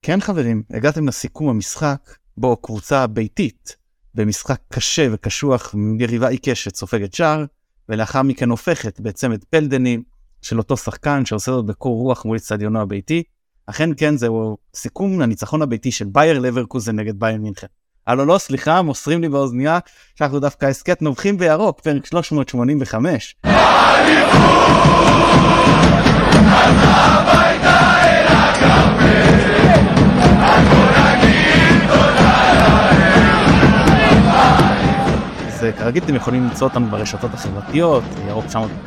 כן חברים, הגעתם לסיכום המשחק, בו קבוצה ביתית, במשחק קשה וקשוח, יריבה עיקשת סופגת שער, ולאחר מכן הופכת בצמד פלדנים של אותו שחקן שעושה זאת בקור רוח מול אצטדיונו הביתי. אכן כן, זהו סיכום לניצחון הביתי של בייר לברקוזן נגד ביירן מינכן. הלו לא, סליחה, מוסרים לי באוזנייה, שאנחנו דווקא הסקט נובחים בירוק, פרק 385. אז כרגיל אתם יכולים למצוא אותנו ברשתות החברתיות, ירוק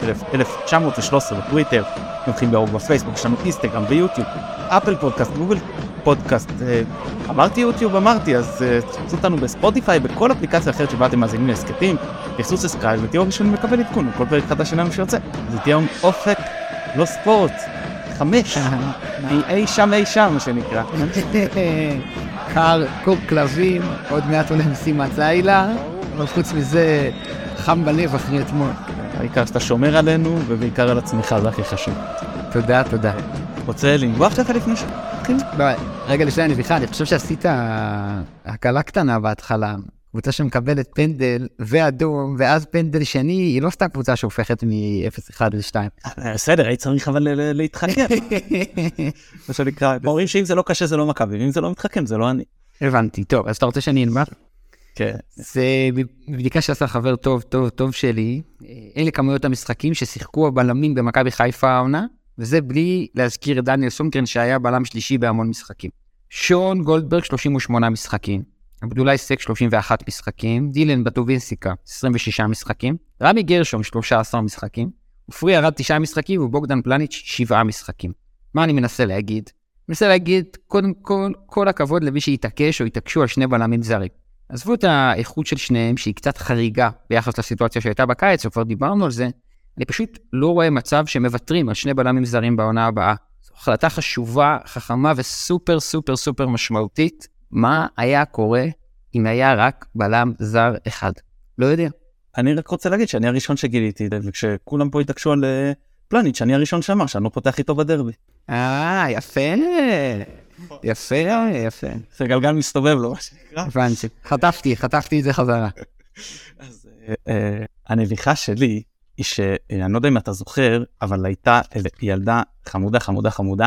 1913 בטוויטר, נובחים בירוק בפייסבוק, יש לנו אינסטגרם ויוטיוב, אפל פודקאסט, גוגל פודקאסט, אמרתי יוטיוב, אז תחפשו אותנו בספוטיפיי, בכל אפליקציה אחרת שבה אתם מאזינים להסקטים, תעשו סאבסקרייב ותהיו ראשונים לקבל עדכון כל פרק חדש שלנו שיוצא. זה תהיה אופק, לא ספורט, 5, אי שם מה שנקרא. קר, קור כלבים, עוד מעט עולה משימת לילה, אבל חוץ מזה חם בלב אחרי אתמול. העיקר שאתה שומר עלינו ובעיקר על עצמך, זה הכי חשוב. תודה. רוצה לנבוח לך לפני ש... רגע לפני הנביחה, אני חושב שעשית הקלה קטנה בהתחלה, קבוצה שמקבלת פנדל ואדום, ואז פנדל שני, היא לא סתם קבוצה שהופכת מ-0-1 ל-2. בסדר, היית צריך אבל להתחכם. מה שנקרא, אומרים שאם זה לא קשה זה לא מכבי, ואם זה לא מתחכם זה לא אני. הבנתי, טוב, אז אתה רוצה שאני אנבח? כן. זה בבדיקה שעשה חבר טוב שלי, אלה כמויות המשחקים ששיחקו הבלמים במכבי חיפה העונה, וזה בלי להזכיר את דניאל סונגרן שהיה בלם שלישי בהמון משחקים. שון גולדברג 38 משחקים, עבדולאי סק 31 משחקים, דילן בטובינסיקה 26 משחקים, רמי גרשון 13 משחקים, ופרי ארד 9 משחקים ובוגדן פלניץ' 7 משחקים. מה אני מנסה להגיד? מנסה להגיד קודם כל הכבוד למי שיתעקש או יתעקשו על שני בלמים זרים. עזבו את האיכות של שניהם שהיא קצת חריגה ביחס לסיטואציה שהייתה בקיץ, וכבר דיברנו על זה, אני פשוט לא רואה מצב שמוותרים על שני בלמים זרים בעונה הבאה. זו החלטה חשובה, חכמה וסופר סופר סופר משמעותית. מה היה קורה אם היה רק בלם זר אחד? לא יודע. אני רק רוצה להגיד שאני הראשון שגיליתי, וכשכולם פה התעקשו על פלניץ', אני הראשון שאמר שאני לא פותח איתו בדרבי. יפה. זה גלגל מסתובב לו, מה שנקרא. הבנתי, חטפתי את זה חזרה. אז הנביחה שלי, היא שאני לא יודע אם אתה זוכר, אבל הייתה ילדה חמודה,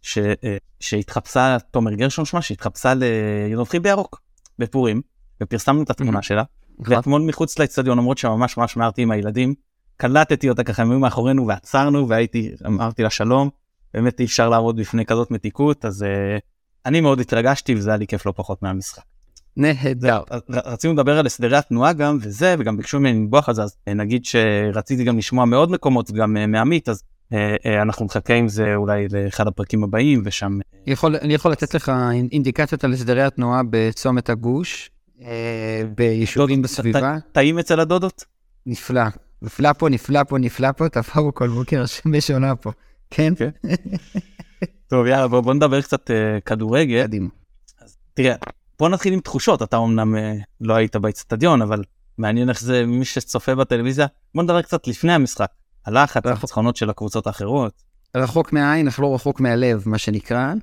שהתחפשה, תומר גרשון שמה, שהתחפשה לנובחים בירוק, בפורים, ופרסמנו את התמונה שלה, ואתמול מחוץ לאצטדיון, למרות שממש מהרתי עם הילדים, קלטתי אותה ככה, הם היו מאחורינו ועצרנו, ואמרתי לה שלום, באמת אי אפשר לעמוד בפני כזאת מתיקות, אז אני מאוד התרגשתי, וזה היה לי כיף לא פחות מהמשחק. נהדר. רצינו לדבר על הסדרי התנועה גם, וגם ביקשו ממני לנבוח על זה, אז נגיד שרציתי גם לשמוע מאוד מקומות, גם מעמית, אז אנחנו נחכה עם זה אולי לאחד הפרקים הבאים, ושם... אני יכול לתת לך אינדיקציות על הסדרי התנועה בצומת הגוש, ביישובים בסביבה. טעים אצל הדודות? נפלא פה, תפרו כל בוקר, השמש עולה פה. כן? טוב, יאללה, בוא נדבר קצת כדורגל. קדימה. אז תראה, בוא נתחיל עם תחושות, אתה אומנם לא היית באצטדיון, אבל מעניין איך זה מי שצופה בטלוויזיה. בוא נדבר קצת לפני המשחק, הלחץ, הניצחונות של הקבוצות האחרות. רחוק מהעין, אך לא רחוק מהלב, מה שנקרא.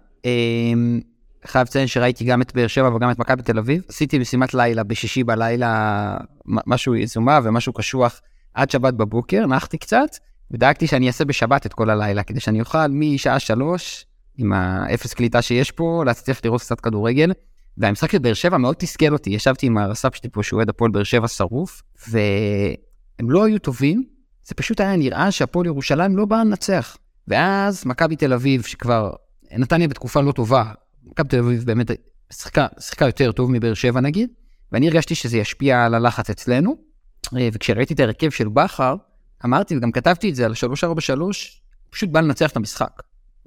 חייב לציין שראיתי גם את באר שבע וגם את מכבי תל אביב. עשיתי משימת לילה, בשישי בלילה, משהו יזומה ומשהו קשוח עד שבת בבוקר, נחתי קצת, ודאגתי שאני אעשה בשבת את כל הלילה, כדי שאני אוכל משעה 3, עם האפס קליטה שיש פה, להצליח לראות קצת כדורגל. והמשחק של באר שבע מאוד תסכל אותי, ישבתי עם הרס"פ שלי פה שהוא אוהד הפועל באר שבע שרוף, והם לא היו טובים, זה פשוט היה נראה שהפועל ירושלים לא באה לנצח. ואז מכבי תל אביב, שכבר נתניה בתקופה לא טובה, מכבי תל אביב באמת שיחקה יותר טוב מבאר שבע נגיד, ואני הרגשתי שזה ישפיע על הלחץ אצלנו, וכשראיתי את הרכב של בכר, אמרתי וגם כתבתי את זה על 343, פשוט בא לנצח את המשחק.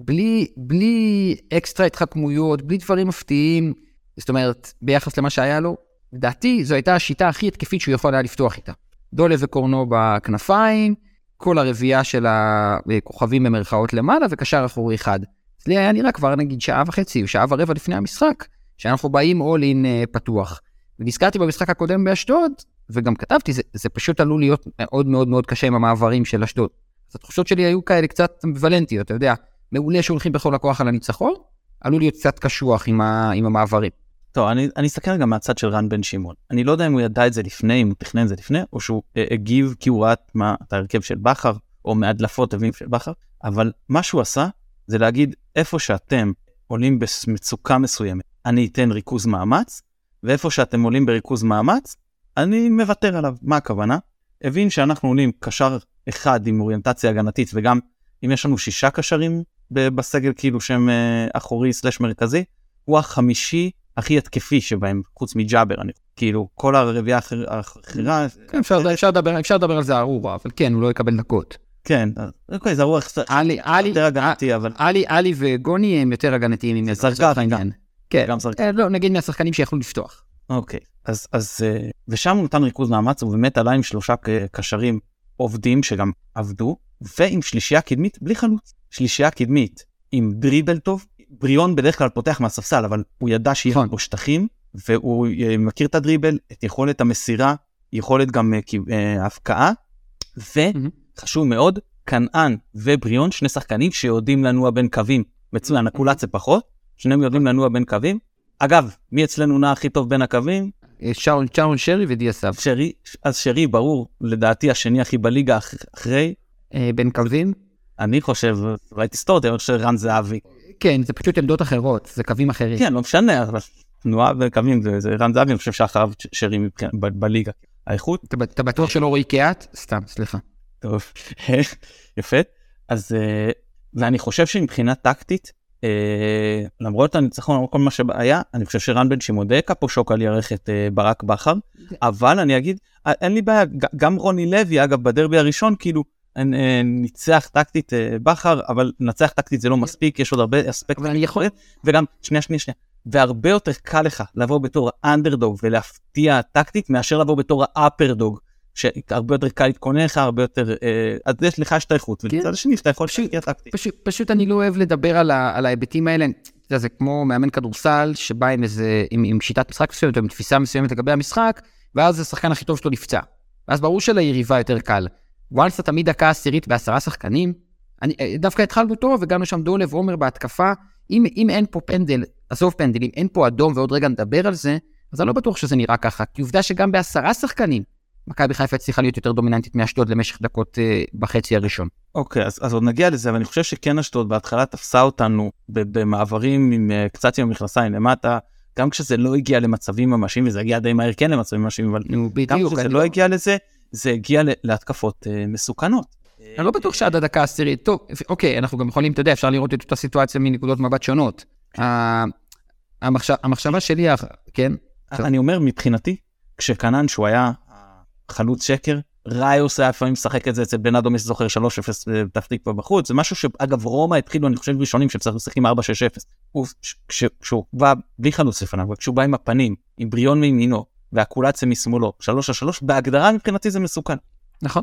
בלי אקסטרה התחכמויות, בלי דברים מפתיעים, זאת אומרת, ביחס למה שהיה לו, לדעתי, זו הייתה השיטה הכי התקפית שהוא יכול היה לפתוח איתה. דולה וקורנו בכנפיים, כל הרביעה של הכוכבים במרכאות למעלה, וקשר אחורי אחד. אז לי היה נראה כבר נגיד שעה וחצי, או שעה ורבע לפני המשחק, שאנחנו באים all in פתוח. ונזכרתי במשחק הקודם באשדוד, וגם כתבתי, זה פשוט עלול להיות מאוד מאוד מאוד קשה עם המעברים של אשדוד. אז התחושות שלי היו כאלה קצת אמביוולנטיות, אתה יודע, מעולה שהולכים בכל הכוח על הניצחון, עלול להיות קצת קשוח עם המעברים. טוב, אני אסתכל גם מהצד של רן בן שמעון. אני לא יודע אם הוא ידע את זה לפני, אם הוא תכנן את זה לפני, או שהוא הגיב כי הוא ראה את ההרכב של בכר, או מהדלפות אביב של בכר, אבל מה שהוא עשה, זה להגיד, איפה שאתם עולים במצוקה מסוימת, אני אתן ריכוז מאמץ, ואיפה שאתם עולים בריכוז מאמץ, אני מוותר עליו. מה הכוונה? הבין שאנחנו עולים קשר אחד עם אוריינטציה הגנתית, וגם אם יש לנו 6 קשרים בסגל כאילו שהם אחורי סלש מרכזי, הוא החמישי הכי התקפי שבהם, חוץ מג'אבר, כאילו כל הרביעה האחרה... כן, אפשר לדבר על זה ארורה, אבל כן, הוא לא יקבל דקות. כן, אוקיי, זה ארורה יותר הגנתי, אבל... אלי וגוני הם יותר הגנתיים. זרגר גם. כן, לא, נגיד מהשחקנים שיכולו לפתוח. אוקיי, אז ושם הוא נתן ריכוז מאמץ, הוא באמת עלה עם 3 קשרים עובדים שגם עבדו, ועם שלישייה קדמית בלי חלוץ. שלישייה קדמית עם דריבל טוב, בריון בדרך כלל פותח מהספסל, אבל הוא ידע שיהיה בו שטחים, והוא מכיר את הדריבל, את יכולת המסירה, יכולת גם ההפקעה, וחשוב מאוד, קנאן ובריון, 2 שחקנים שיודעים לנוע בין קווים, מצוין, הקולץ זה פחות, שניהם יודעים לנוע בין קווים. אגב, מי אצלנו נע הכי טוב בין הקווים? שרון שרי ודיה סב. אז שרי, ברור, לדעתי השני הכי בליגה אחרי. בין קווים? אני חושב, ראיתי סטורט, אני חושב רן זהבי. כן, זה פשוט עמדות אחרות, זה קווים אחרים. כן, לא משנה, אבל תנועה וקווים, זה רן זהבי, אני חושב שאחריו שרי בליגה. האיכות. אתה בטוח שלא רואי קיאט? סתם, סליחה. טוב, יפה. אז, ואני חושב שמבחינה טקטית, למרות הניצחון, למרות כל מה שהיה, אני חושב שרן בן שמעון די פה שוק על ירך את ברק בכר, אבל אני אגיד, אין לי בעיה, גם רוני לוי, אגב, בדרבי הראשון, כאילו, ניצח טקטית בכר, אבל נצח טקטית זה לא מספיק, יש עוד הרבה אספקטים, וגם, שנייה, והרבה יותר קל לך לבוא בתור האנדרדוג ולהפתיע טקטית, מאשר לבוא בתור האפרדוג, שהרבה יותר קל להתכונן לך, הרבה יותר, אז יש לך את האיכות, ולצד השני שאתה יכול להשקיע טקטית. פשוט אני לא אוהב לדבר על ההיבטים האלה, זה כמו מאמן כדורסל, שבא עם שיטת משחק מסוימת, או עם תפיסה מסוימת לגבי המשחק, ואז השחקן הכי טוב שלו נפצע. ואז ברור שליריבה יותר קל. וואנס תמיד דקה 10 ב10 שחקנים, דווקא התחלנו טוב, וגם שם דולב עומר בהתקפה, אם אין פה פנדל, עזוב פנדלים, אין פה אדום, ועוד רגע נדבר על זה, אז אני לא בטוח שזה נראה ככה, כי עובדה שגם ב10 שחקנים, מכבי חיפה צריכה להיות יותר דומיננטית מאשדוד למשך דקות בחצי הראשון. אוקיי, אז עוד נגיע לזה, אבל אני חושב שכן אשדוד בהתחלה תפסה אותנו במעברים עם קצת עם המכנסיים למטה, גם כשזה לא הגיע למצבים ממשיים, וזה הגיע די מהר כן למצבים ממשיים, אבל גם כשזה לא הגיע לזה, זה הגיע להתקפות מסוכנות. אני לא בטוח שעד הדקה 10, טוב, אוקיי, אנחנו גם יכולים, אתה יודע, אפשר לראות את אותה סיטואציה מנקודות מבט שונות. המחשבה שלי, כן? אני אומר, מבחינתי, כשקנן, שהוא היה חלוץ שקר, ראיוס היה לפעמים משחק את זה אצל בן אדום, זוכר 3-0 פתח תקווה בחוץ, זה משהו שאגב רומא התחילו, אני חושב ראשונים שצריך לשחק עם 4-6-0, כשהוא בא בלי חלוץ לפניו, וכשהוא בא עם הפנים, עם בריון מימינו, והקולציה משמאלו, 3-3, בהגדרה מבחינתי זה מסוכן. נכון,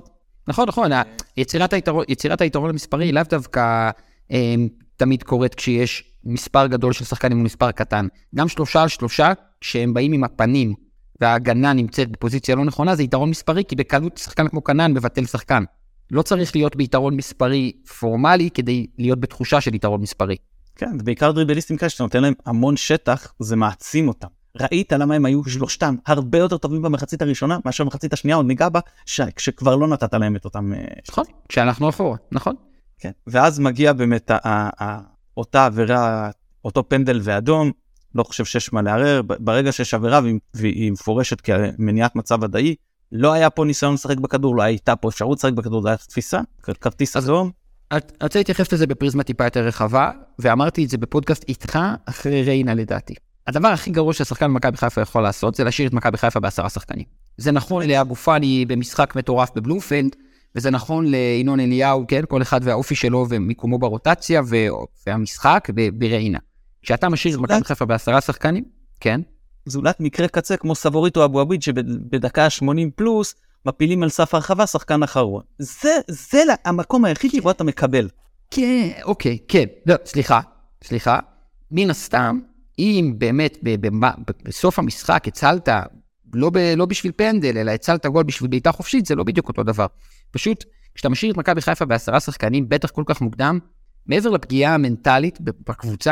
יצירת היתרון המספרי לאו דווקא תמיד קורית כשיש מספר גדול של שחקנים ומספר קטן, גם 3-3, כשהם באים עם הפנים, וההגנה נמצאת בפוזיציה לא נכונה, זה יתרון מספרי, כי בקלות שחקן כמו קנן מבטל שחקן. לא צריך להיות ביתרון מספרי פורמלי, כדי להיות בתחושה של יתרון מספרי. כן, בעיקר דריבליסטים כאלה, שאתה נותן להם המון שטח, זה מעצים אותם. ראית למה הם היו שלושתם הרבה יותר טובים במחצית הראשונה, מאשר במחצית השנייה, עוד ניגע בה, כשכבר לא נתת להם את אותם... נכון, כשאנחנו אחורה, נכון. כן, ואז מגיע באמת אותה עבירה, אותו פנדל ואדום, לא חושב שיש מה לערער, ברגע שיש עבירה והיא מפורשת כמניעת מצב ודאי, לא היה פה ניסיון לשחק בכדור, לא הייתה פה אפשרות לשחק בכדור, זה היה תפיסה, כרטיס אדום. אני רוצה להתייחס לזה בפריזמה טיפה יותר רחבה, ואמרתי את זה בפודקאסט איתך אחרי ריינה לדעתי. הדבר הכי גרוע שהשחקן במכבי חיפה יכול לעשות, זה להשאיר את מכבי חיפה ב10 שחקנים. זה נכון לאבו פאני במשחק מטורף בבלומפילד, וזה נכון לינון אליהו, כן, כל אחד והאופי שלו ומיקומו ברוטציה והמשחק בריינה. כשאתה משאיר את מכבי חיפה ב10 שחקנים, כן. זולת מקרה קצה כמו סבורית או אבו עביד שבדקה 80 פלוס מפילים על סף הרחבה שחקן אחרון. זה המקום היחיד שבו אתה מקבל. כן, אוקיי, כן. לא, סליחה. מן הסתם, אם באמת בסוף המשחק הצלת, לא בשביל פנדל, אלא הצלת גול בשביל בעיטה חופשית, זה לא בדיוק אותו דבר. פשוט, כשאתה משאיר את מכבי חיפה ב10 שחקנים, בטח כל כך מוקדם, מעבר לפגיעה המנטלית בקבוצה,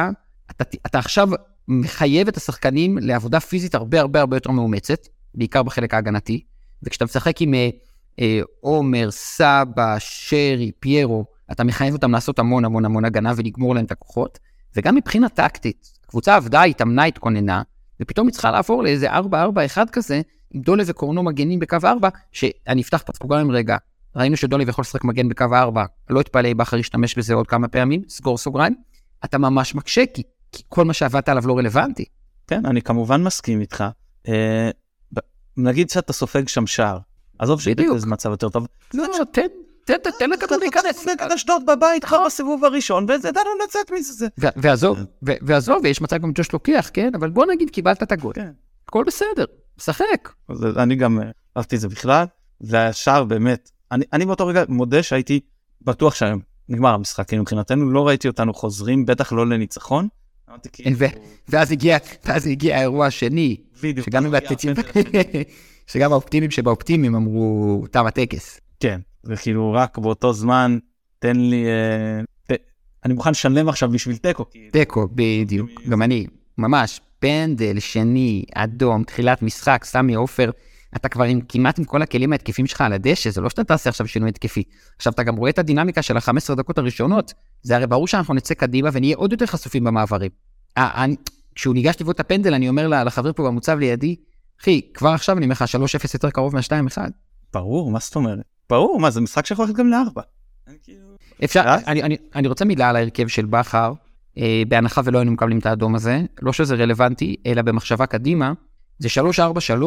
אתה עכשיו מחייב את השחקנים לעבודה פיזית הרבה הרבה הרבה יותר מאומצת, בעיקר בחלק ההגנתי, וכשאתה משחק עם עומר, סבא, שרי, פיירו, אתה מחייב אותם לעשות המון המון המון הגנה ולגמור להם את הכוחות, וגם מבחינה טקטית, הקבוצה עבדה, התאמנה, התכוננה, ופתאום היא צריכה לעבור לאיזה 4-4-1 כזה, עם דולב וקורנו מגנים בקו 4, שאני אפתח את הסוגריים רגע, ראינו שדולב יכול לשחק מגן בקו 4, לא התפלא בכר ישתמש בזה עוד כמה פעמים, סגור סוגריים, אתה ממש מקשה, כי כל מה שעבדת עליו לא רלוונטי. כן, אני כמובן מסכים איתך. נגיד שאתה סופג שם שער, עזוב שזה מצב יותר טוב. לא, תן לכדור להיכנס. אשדוד בבית כבר בסיבוב הראשון, וזה דנו לצאת מזה. ועזוב, ויש מצב גם ג'וש לוקח, כן? אבל בוא נגיד, קיבלת את הגול. הכל בסדר, שחק. אני גם אהבתי את זה בכלל, והשער באמת, אני באותו רגע מודה שהייתי בטוח שהיום נגמר המשחק, כי מבחינתנו לא ראיתי אותנו חוזרים, בטח לא לניצחון. ואז הגיע האירוע השני, שגם האופטימיים שבאופטימיים אמרו, תם הטקס. כן, זה כאילו רק באותו זמן, תן לי, אני מוכן לשלם עכשיו בשביל טקו. טקו, בדיוק, גם אני, ממש, פנדל, שני, אדום, תחילת משחק, סמי עופר, אתה כבר כמעט עם כל הכלים ההתקפים שלך על הדשא, זה לא שאתה תעשה עכשיו שינוי התקפי. עכשיו אתה גם רואה את הדינמיקה של ה-15 דקות הראשונות, זה הרי ברור שאנחנו נצא קדימה ונהיה עוד יותר חשופים במעברים. כשהוא ניגש לבוא את הפנדל, אני אומר לחבר פה במוצב לידי, אחי, כבר עכשיו אני אומר לך 3-0 יותר קרוב מה-2-1. ברור, מה זאת אומרת? ברור, מה, זה משחק שיכול ללכת גם ל4. אפשר, אני רוצה מילה על ההרכב של בכר, בהנחה ולא היינו מקבלים את האדום הזה, לא שזה רלוונטי, אלא במחשבה קדימה, זה 3-4-3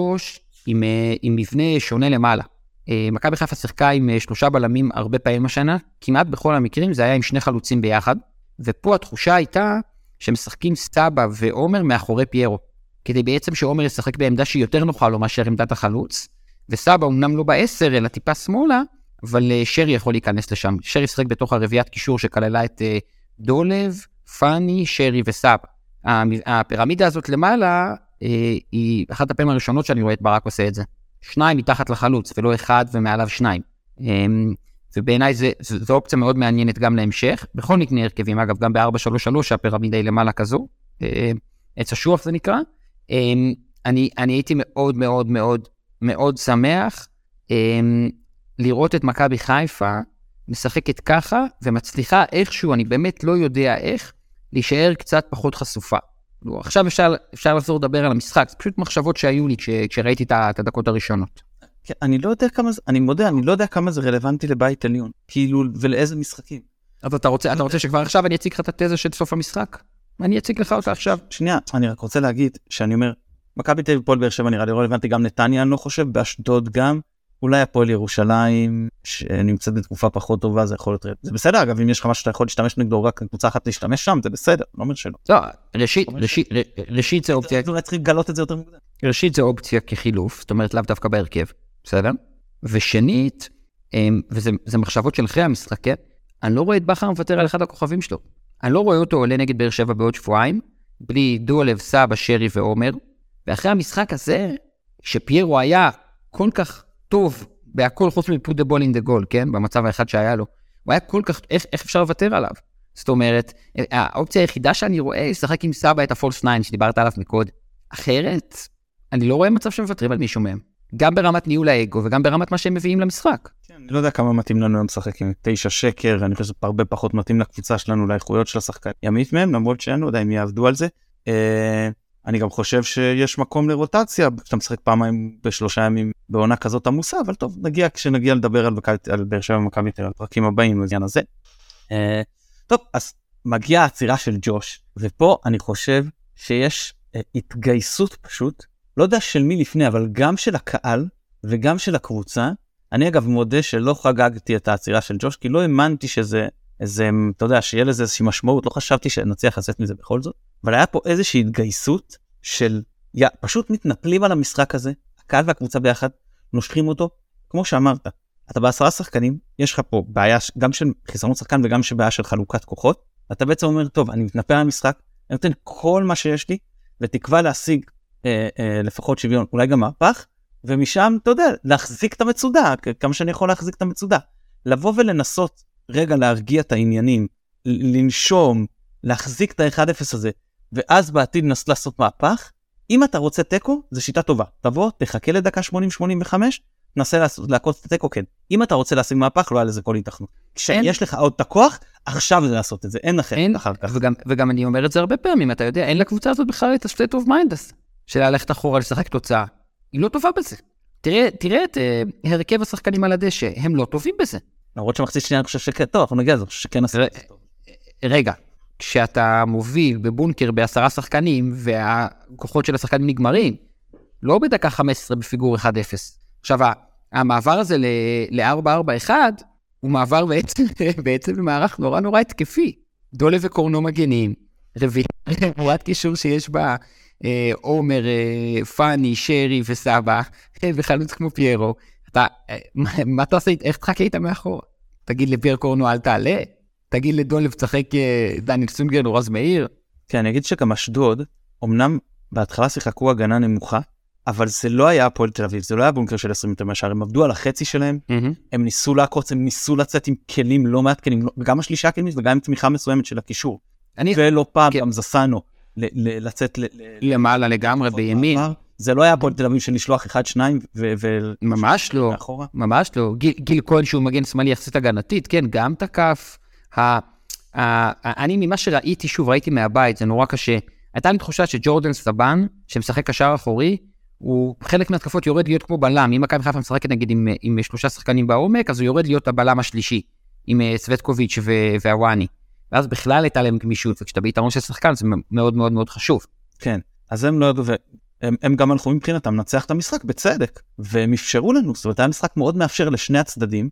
עם מבנה שונה למעלה. מכבי חיפה שיחקה עם 3 בלמים הרבה פעמים השנה, כמעט בכל המקרים זה היה עם 2 חלוצים ביחד, ופה התחושה הייתה שמשחקים סבא ועומר מאחורי פיירו, כדי בעצם שעומר ישחק בעמדה שהיא יותר נוחה לו מאשר עמדת החלוץ, וסבא אמנם לא ב10 אלא טיפה שמאלה, אבל שרי יכול להיכנס לשם. שרי ישחק בתוך הרביעת קישור שכללה את דולב, פני, שרי וסבא. הפירמידה הזאת למעלה היא אחת הפעמים הראשונות שאני רואה את ברק עושה את זה. 2 מתחת לחלוץ ולא 1 ומעליו 2. ובעיניי זו אופציה מאוד מעניינת גם להמשך. בכל מקנה הרכבים, אגב, גם ב-4-3-3 הפירמידה היא למעלה כזו. עץ השוח זה נקרא. אני הייתי מאוד מאוד מאוד מאוד שמח לראות את מכבי חיפה משחקת ככה ומצליחה איכשהו, אני באמת לא יודע איך, להישאר קצת פחות חשופה. עכשיו אפשר לחזור לדבר על המשחק, זה פשוט מחשבות שהיו לי כשראיתי את הדקות הראשונות. אני לא יודע כמה, אני מודה, אני לא יודע כמה זה רלוונטי לבית עליון, כאילו, ולאיזה משחקים. אז אתה רוצה שכבר עכשיו אני אציג לך את התזה של סוף המשחק? אני אציג לך אותה עכשיו. שנייה, אני רק רוצה להגיד שאני אומר, מכבי תל אביב הפועל באר שבע נראה לי לא רלוונטי, גם נתניה אני לא חושב, באשדוד גם, אולי הפועל ירושלים שנמצאת בתקופה פחות טובה, זה יכול להיות, זה בסדר, אגב, אם יש לך משהו שאתה יכול להשתמש נגדו רק קבוצה אחת להשתמש שם, זה בסדר, לא אומר שלא. לא, ראשית זה אופציה. אולי צריך לגלות את זה יותר מוקדם. ראשית זה אופציה כחילוף, זאת אומרת לאו דווקא בהרכב, בסדר? ושנית, וזה מחשבות של אחרי המשחק, כן? אני לא רואה את בכר מוותר על אחד הכוכבים שלו. אני לא רואה אותו עולה נגד באר שבע בעוד שבועיים, בלי דולב, סבא, שרי ועומר, ואחרי המשחק הזה, שפיירו היה כל כך טוב, בהכל חוץ מפוט דה בול אין דה גול, כן? במצב האחד שהיה לו. הוא היה כל כך, איך אפשר לוותר עליו? זאת אומרת, האופציה היחידה שאני רואה, לשחק עם סבא את הפולס 9, שדיברת עליו מקוד. אחרת, אני לא רואה מצב שמוותרים על מישהו מהם. גם ברמת ניהול האגו, וגם ברמת מה שהם מביאים למשחק. כן, אני לא יודע כמה מתאים לנו היום לשחק עם 9 שקר, אני חושב שזה הרבה פחות מתאים לקבוצה שלנו, לאיכויות של השחקן ימית מהם, למרות שאני לא יודע אם יעבדו על זה. אני גם חושב שיש מקום לרוטציה, כשאתה משחק פעמיים ב3 ימים בעונה כזאת עמוסה, אבל טוב, נגיע כשנגיע לדבר על באר שבע ומכבי תל אביב, הפרקים הבאים לעניין הזה. טוב, אז מגיעה העצירה של ג'וש, ופה אני חושב שיש התגייסות פשוט, לא יודע של מי לפני, אבל גם של הקהל וגם של הקבוצה. אני אגב מודה שלא חגגתי את העצירה של ג'וש, כי לא האמנתי שזה, אתה יודע, שיהיה לזה איזושהי משמעות, לא חשבתי שנצליח לצאת מזה בכל זאת, אבל היה פה איזושהי התגייסות של, פשוט מתנפלים על המשחק הזה, הקהל והקבוצה ביחד, נושכים אותו, כמו שאמרת, אתה ב10 שחקנים, יש לך פה בעיה גם של חיסרון שחקן וגם של בעיה של חלוקת כוחות, אתה בעצם אומר, טוב, אני מתנפל על המשחק, אני נותן כל מה שיש לי, ותקווה להשיג לפחות שוויון, אולי גם מהפך, ומשם, אתה יודע, להחזיק את המצודה, כמה שאני יכול להחזיק את המצודה, לבוא ולנסות רגע להרגיע את העניינים, לנשום, להחזיק את ה-1-0 הזה, ואז בעתיד ננסה לעשות מהפך. אם אתה רוצה טקו, זו שיטה טובה. תבוא, תחכה לדקה 80-85, נסה לעקוץ את הטקו, כן. אם אתה רוצה להשיג מהפך, לא היה לזה כל התכנות. כשיש לך עוד את הכוח, עכשיו זה לעשות את זה, אין אחר כך. וגם אני אומר את זה הרבה פעמים, אתה יודע, אין לקבוצה הזאת בכלל את ה-state of mind, של ללכת אחורה לשחק תוצאה. היא לא טובה בזה. תראה את הרכב השחקנים על הדשא, הם לא טובים בזה. למרות שמחצית שנייה אני חושב שכן, טוב, אנחנו נגיע לזה, שכן עשה את זה טוב. רגע, כשאתה מוביל בבונקר ב10 שחקנים, והכוחות של השחקנים נגמרים, לא בדקה 15 בפיגור 1-0. עכשיו, המעבר הזה ל-4-4-1, הוא מעבר בעצם במערך נורא התקפי. דולה וקורנו מגנים, רביעיית קישור שיש בה עומר, פני, שרי וסבא, וחלוץ כמו פיירו. מה אתה עושה? איך תחכה איתה מאחורה? תגיד לפייר קורנו אל תעלה? תגיד לדולה וצחק דניאל סונגרן או רז מאיר? כן, אני אגיד שגם אשדוד, אמנם בהתחלה שיחקו הגנה נמוכה, אבל זה לא היה הפועל תל אביב, זה לא היה בונקר של 20 מטר מהשאר, הם עבדו על החצי שלהם, הם ניסו לעקוץ, הם ניסו לצאת עם כלים, לא מעט כלים, וגם השלישה כלים, וגם עם תמיכה מסוימת של הקישור. ולא פעם גם זסנו לצאת למעלה לגמרי בימין. זה לא היה הפועל תל אביב של לשלוח 1-2 ממש לא, ממש לא. גיל כהן שהוא מגן שמאלי יחסית הגנתית, כן, גם תקף. אני ממה שראיתי, שוב ראיתי מהבית, זה נורא קשה. הייתה לי תחושה שג'ורדן סבן, שמשחק קשר אחורי, הוא חלק מהתקפות יורד להיות כמו בלם. אם מכבי חיפה משחקת נגיד עם 3 שחקנים בעומק, אז הוא יורד להיות הבלם השלישי, עם סווטקוביץ' והוואני. ואז בכלל הייתה להם גמישות, וכשאתה ביתרון של שחקן, זה מאוד מאוד מאוד חשוב. כן, אז הם לא ידעו, הם גם הלכו מבחינתם לנצח את המשחק בצדק, והם אפשרו לנו, זאת אומרת, היה משחק מאוד מאפשר לשני הצדדים,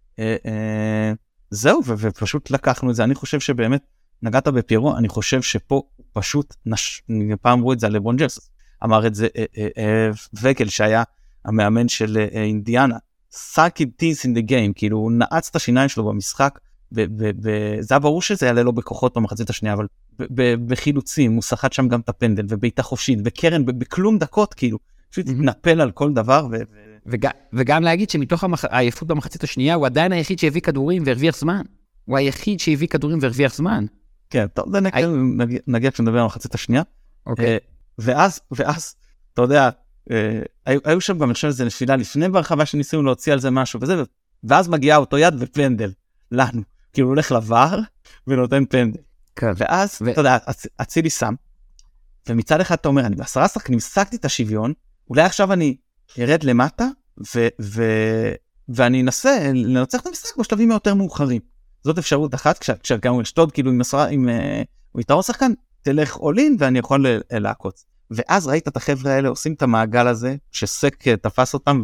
זהו, ופשוט לקחנו את זה. אני חושב שבאמת, נגעת בפיירו, אני חושב שפה פשוט, פעם אמרו את זה על לברון ג'יימס, אמר את זה וגל שהיה המאמן של אינדיאנה, suck it teeth in the game, כאילו הוא נעץ את השיניים שלו במשחק, וזה היה ברור שזה יעלה לו בכוחות במחצית השנייה, אבל בחילוצים, הוא שחט שם גם את הפנדל, וביתה חופשית, וקרן, בכלום דקות, כאילו, פשוט התנפל על כל דבר, וגם להגיד שמתוך העייפות במחצית השנייה, הוא עדיין היחיד שהביא כדורים והרוויח זמן. הוא היחיד שהביא כדורים והרוויח זמן. כן, טוב, זה נגיע כשנדבר על המחצית השנייה. ואז, אתה יודע, היו שם גם, אני חושב שזה נפילה לפני ברחבה שניסינו להוציא על זה משהו וזה, ואז מגיעה אותו יד ופנדל, לנו. כאילו הוא הולך לבר ונותן פנדל. ואז, אתה יודע, אצילי שם, ומצד אחד אתה אומר, אני ב10 שחקנים, השגתי את השוויון, אולי עכשיו אני ארד למטה, ואני אנסה לנצח את המשחק בשלבים היותר מאוחרים. זאת אפשרות אחת, כשגם אשדוד, כאילו עם יתרון שחקן, תלך אולין ואני יכול לעקוץ. ואז ראית את החבר'ה האלה עושים את המעגל הזה, שסק תפס אותם,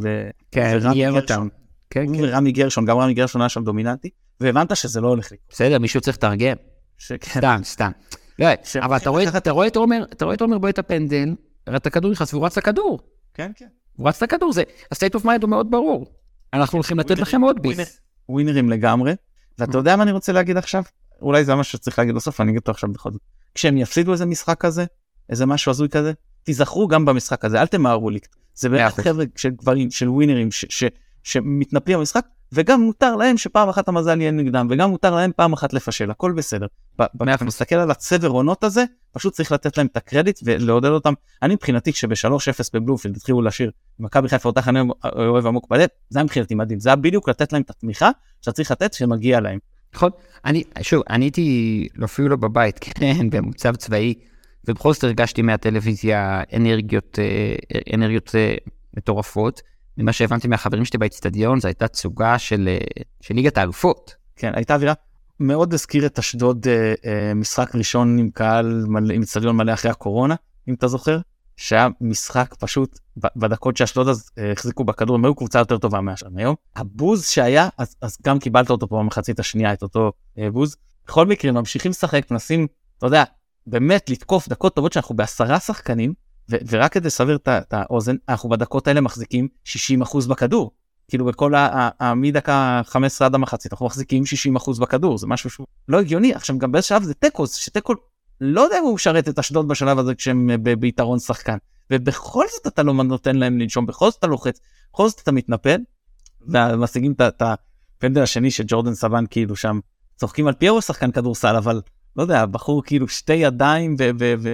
ורמי גרשון, גם רמי גרשון היה שם דומיננטי, והבנת שזה לא הולך לי. בסדר, מישהו צריך לתרגם. סתם. אבל אתה רואה את עומר בועט הפנדל, ראה את הכדור נכנס והוא רץ לכדור. כן, כן. הוא רץ לכדור, ה-state of mind הוא מאוד ברור. אנחנו הולכים לתת לכם עוד ביס. ווינרים לגמרי, ואתה יודע מה אני רוצה להגיד עכשיו? אולי זה מה שצריך להגיד בסוף, אני אגיד אותו עכשיו בכל זאת. כשהם יפסידו איזה משחק כזה, איזה משהו הזוי כזה, תיזכרו גם במשחק הזה, אל תמהרו לי. זה באמת חבר'ה של גברים, של ווינרים, שמתנפלים במשחק, וגם מותר להם שפעם אחת המזל יהיה נגדם, וגם מותר להם פעם אחת לפשל, הכל בסדר. אתה מסתכל על הצבר עונות הזה, פשוט צריך לתת להם את הקרדיט ולעודד אותם. אני מבחינתי כשב-3-0 בבלומפילד התחילו לשיר מכבי חיפה אותך אני אוהב עמוק בלב, זה היה מבחינתי מדהים, זה היה בדיוק לתת להם את התמיכה שאתה צריך לתת שמגיע להם. נכון, אני הייתי אפילו לא בבית, כן, במוצב צבאי, ובכל זאת הרגשתי מהטלוויזיה אנרגיות מטורפות, ממה שהבנתי מהחברים שלי באצטדיון, זו הייתה תצוגה של ליגת האלופות. כן, הייתה אווירה מאוד הזכיר את אשדוד משחק ראשון עם קהל, עם אצטדיון מלא אחרי הקורונה, אם אתה זוכר, שהיה משחק פשוט, בדקות שאשדוד אז החזיקו בכדור, הם היו קבוצה יותר טובה מהשם היום. הבוז שהיה, אז גם קיבלת אותו פה במחצית השנייה, את אותו בוז. בכל מקרה, ממשיכים לשחק, מנסים, אתה יודע, באמת לתקוף דקות טובות שאנחנו ב10 שחקנים, ורק כדי לסבר את האוזן, אנחנו בדקות האלה מחזיקים 60% בכדור. כאילו בכל מדקה 15 עד המחצית, אנחנו מחזיקים 60% בכדור, זה משהו שהוא לא הגיוני. עכשיו גם באיזה שלב זה טקו, שטקו לא יודע אם הוא משרת את אשדוד בשלב הזה כשהם ביתרון שחקן. ובכל זאת אתה לא נותן להם לנשום, בכל זאת אתה לוחץ, בכל זאת אתה מתנפל, ומשיגים את הפנדל השני של ג'ורדן סבן, כאילו שם צוחקים על פיירו שחקן כדורסל, אבל לא יודע, הבחור כאילו 2 ידיים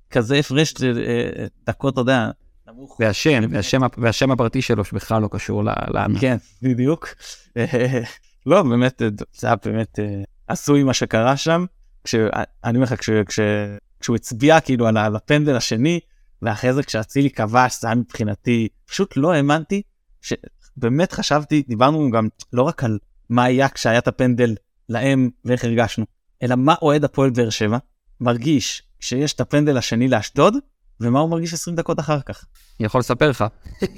כזה הפרש דקות, אתה יודע, נמוך. והשם הפרטי שלו שבכלל לא קשור לענף. כן, בדיוק. לא, באמת, זה היה באמת עשוי מה שקרה שם. אני אומר לך, כשהוא הצביע כאילו על הפנדל השני, ואחרי זה כשאצילי כבש, זה היה מבחינתי, פשוט לא האמנתי, שבאמת חשבתי, דיברנו גם לא רק על מה היה כשהיה את הפנדל להם ואיך הרגשנו, אלא מה אוהד הפועל באר שבע מרגיש כשיש את הפנדל השני לאשדוד, ומה הוא מרגיש 20 דקות אחר כך. אני יכול לספר לך.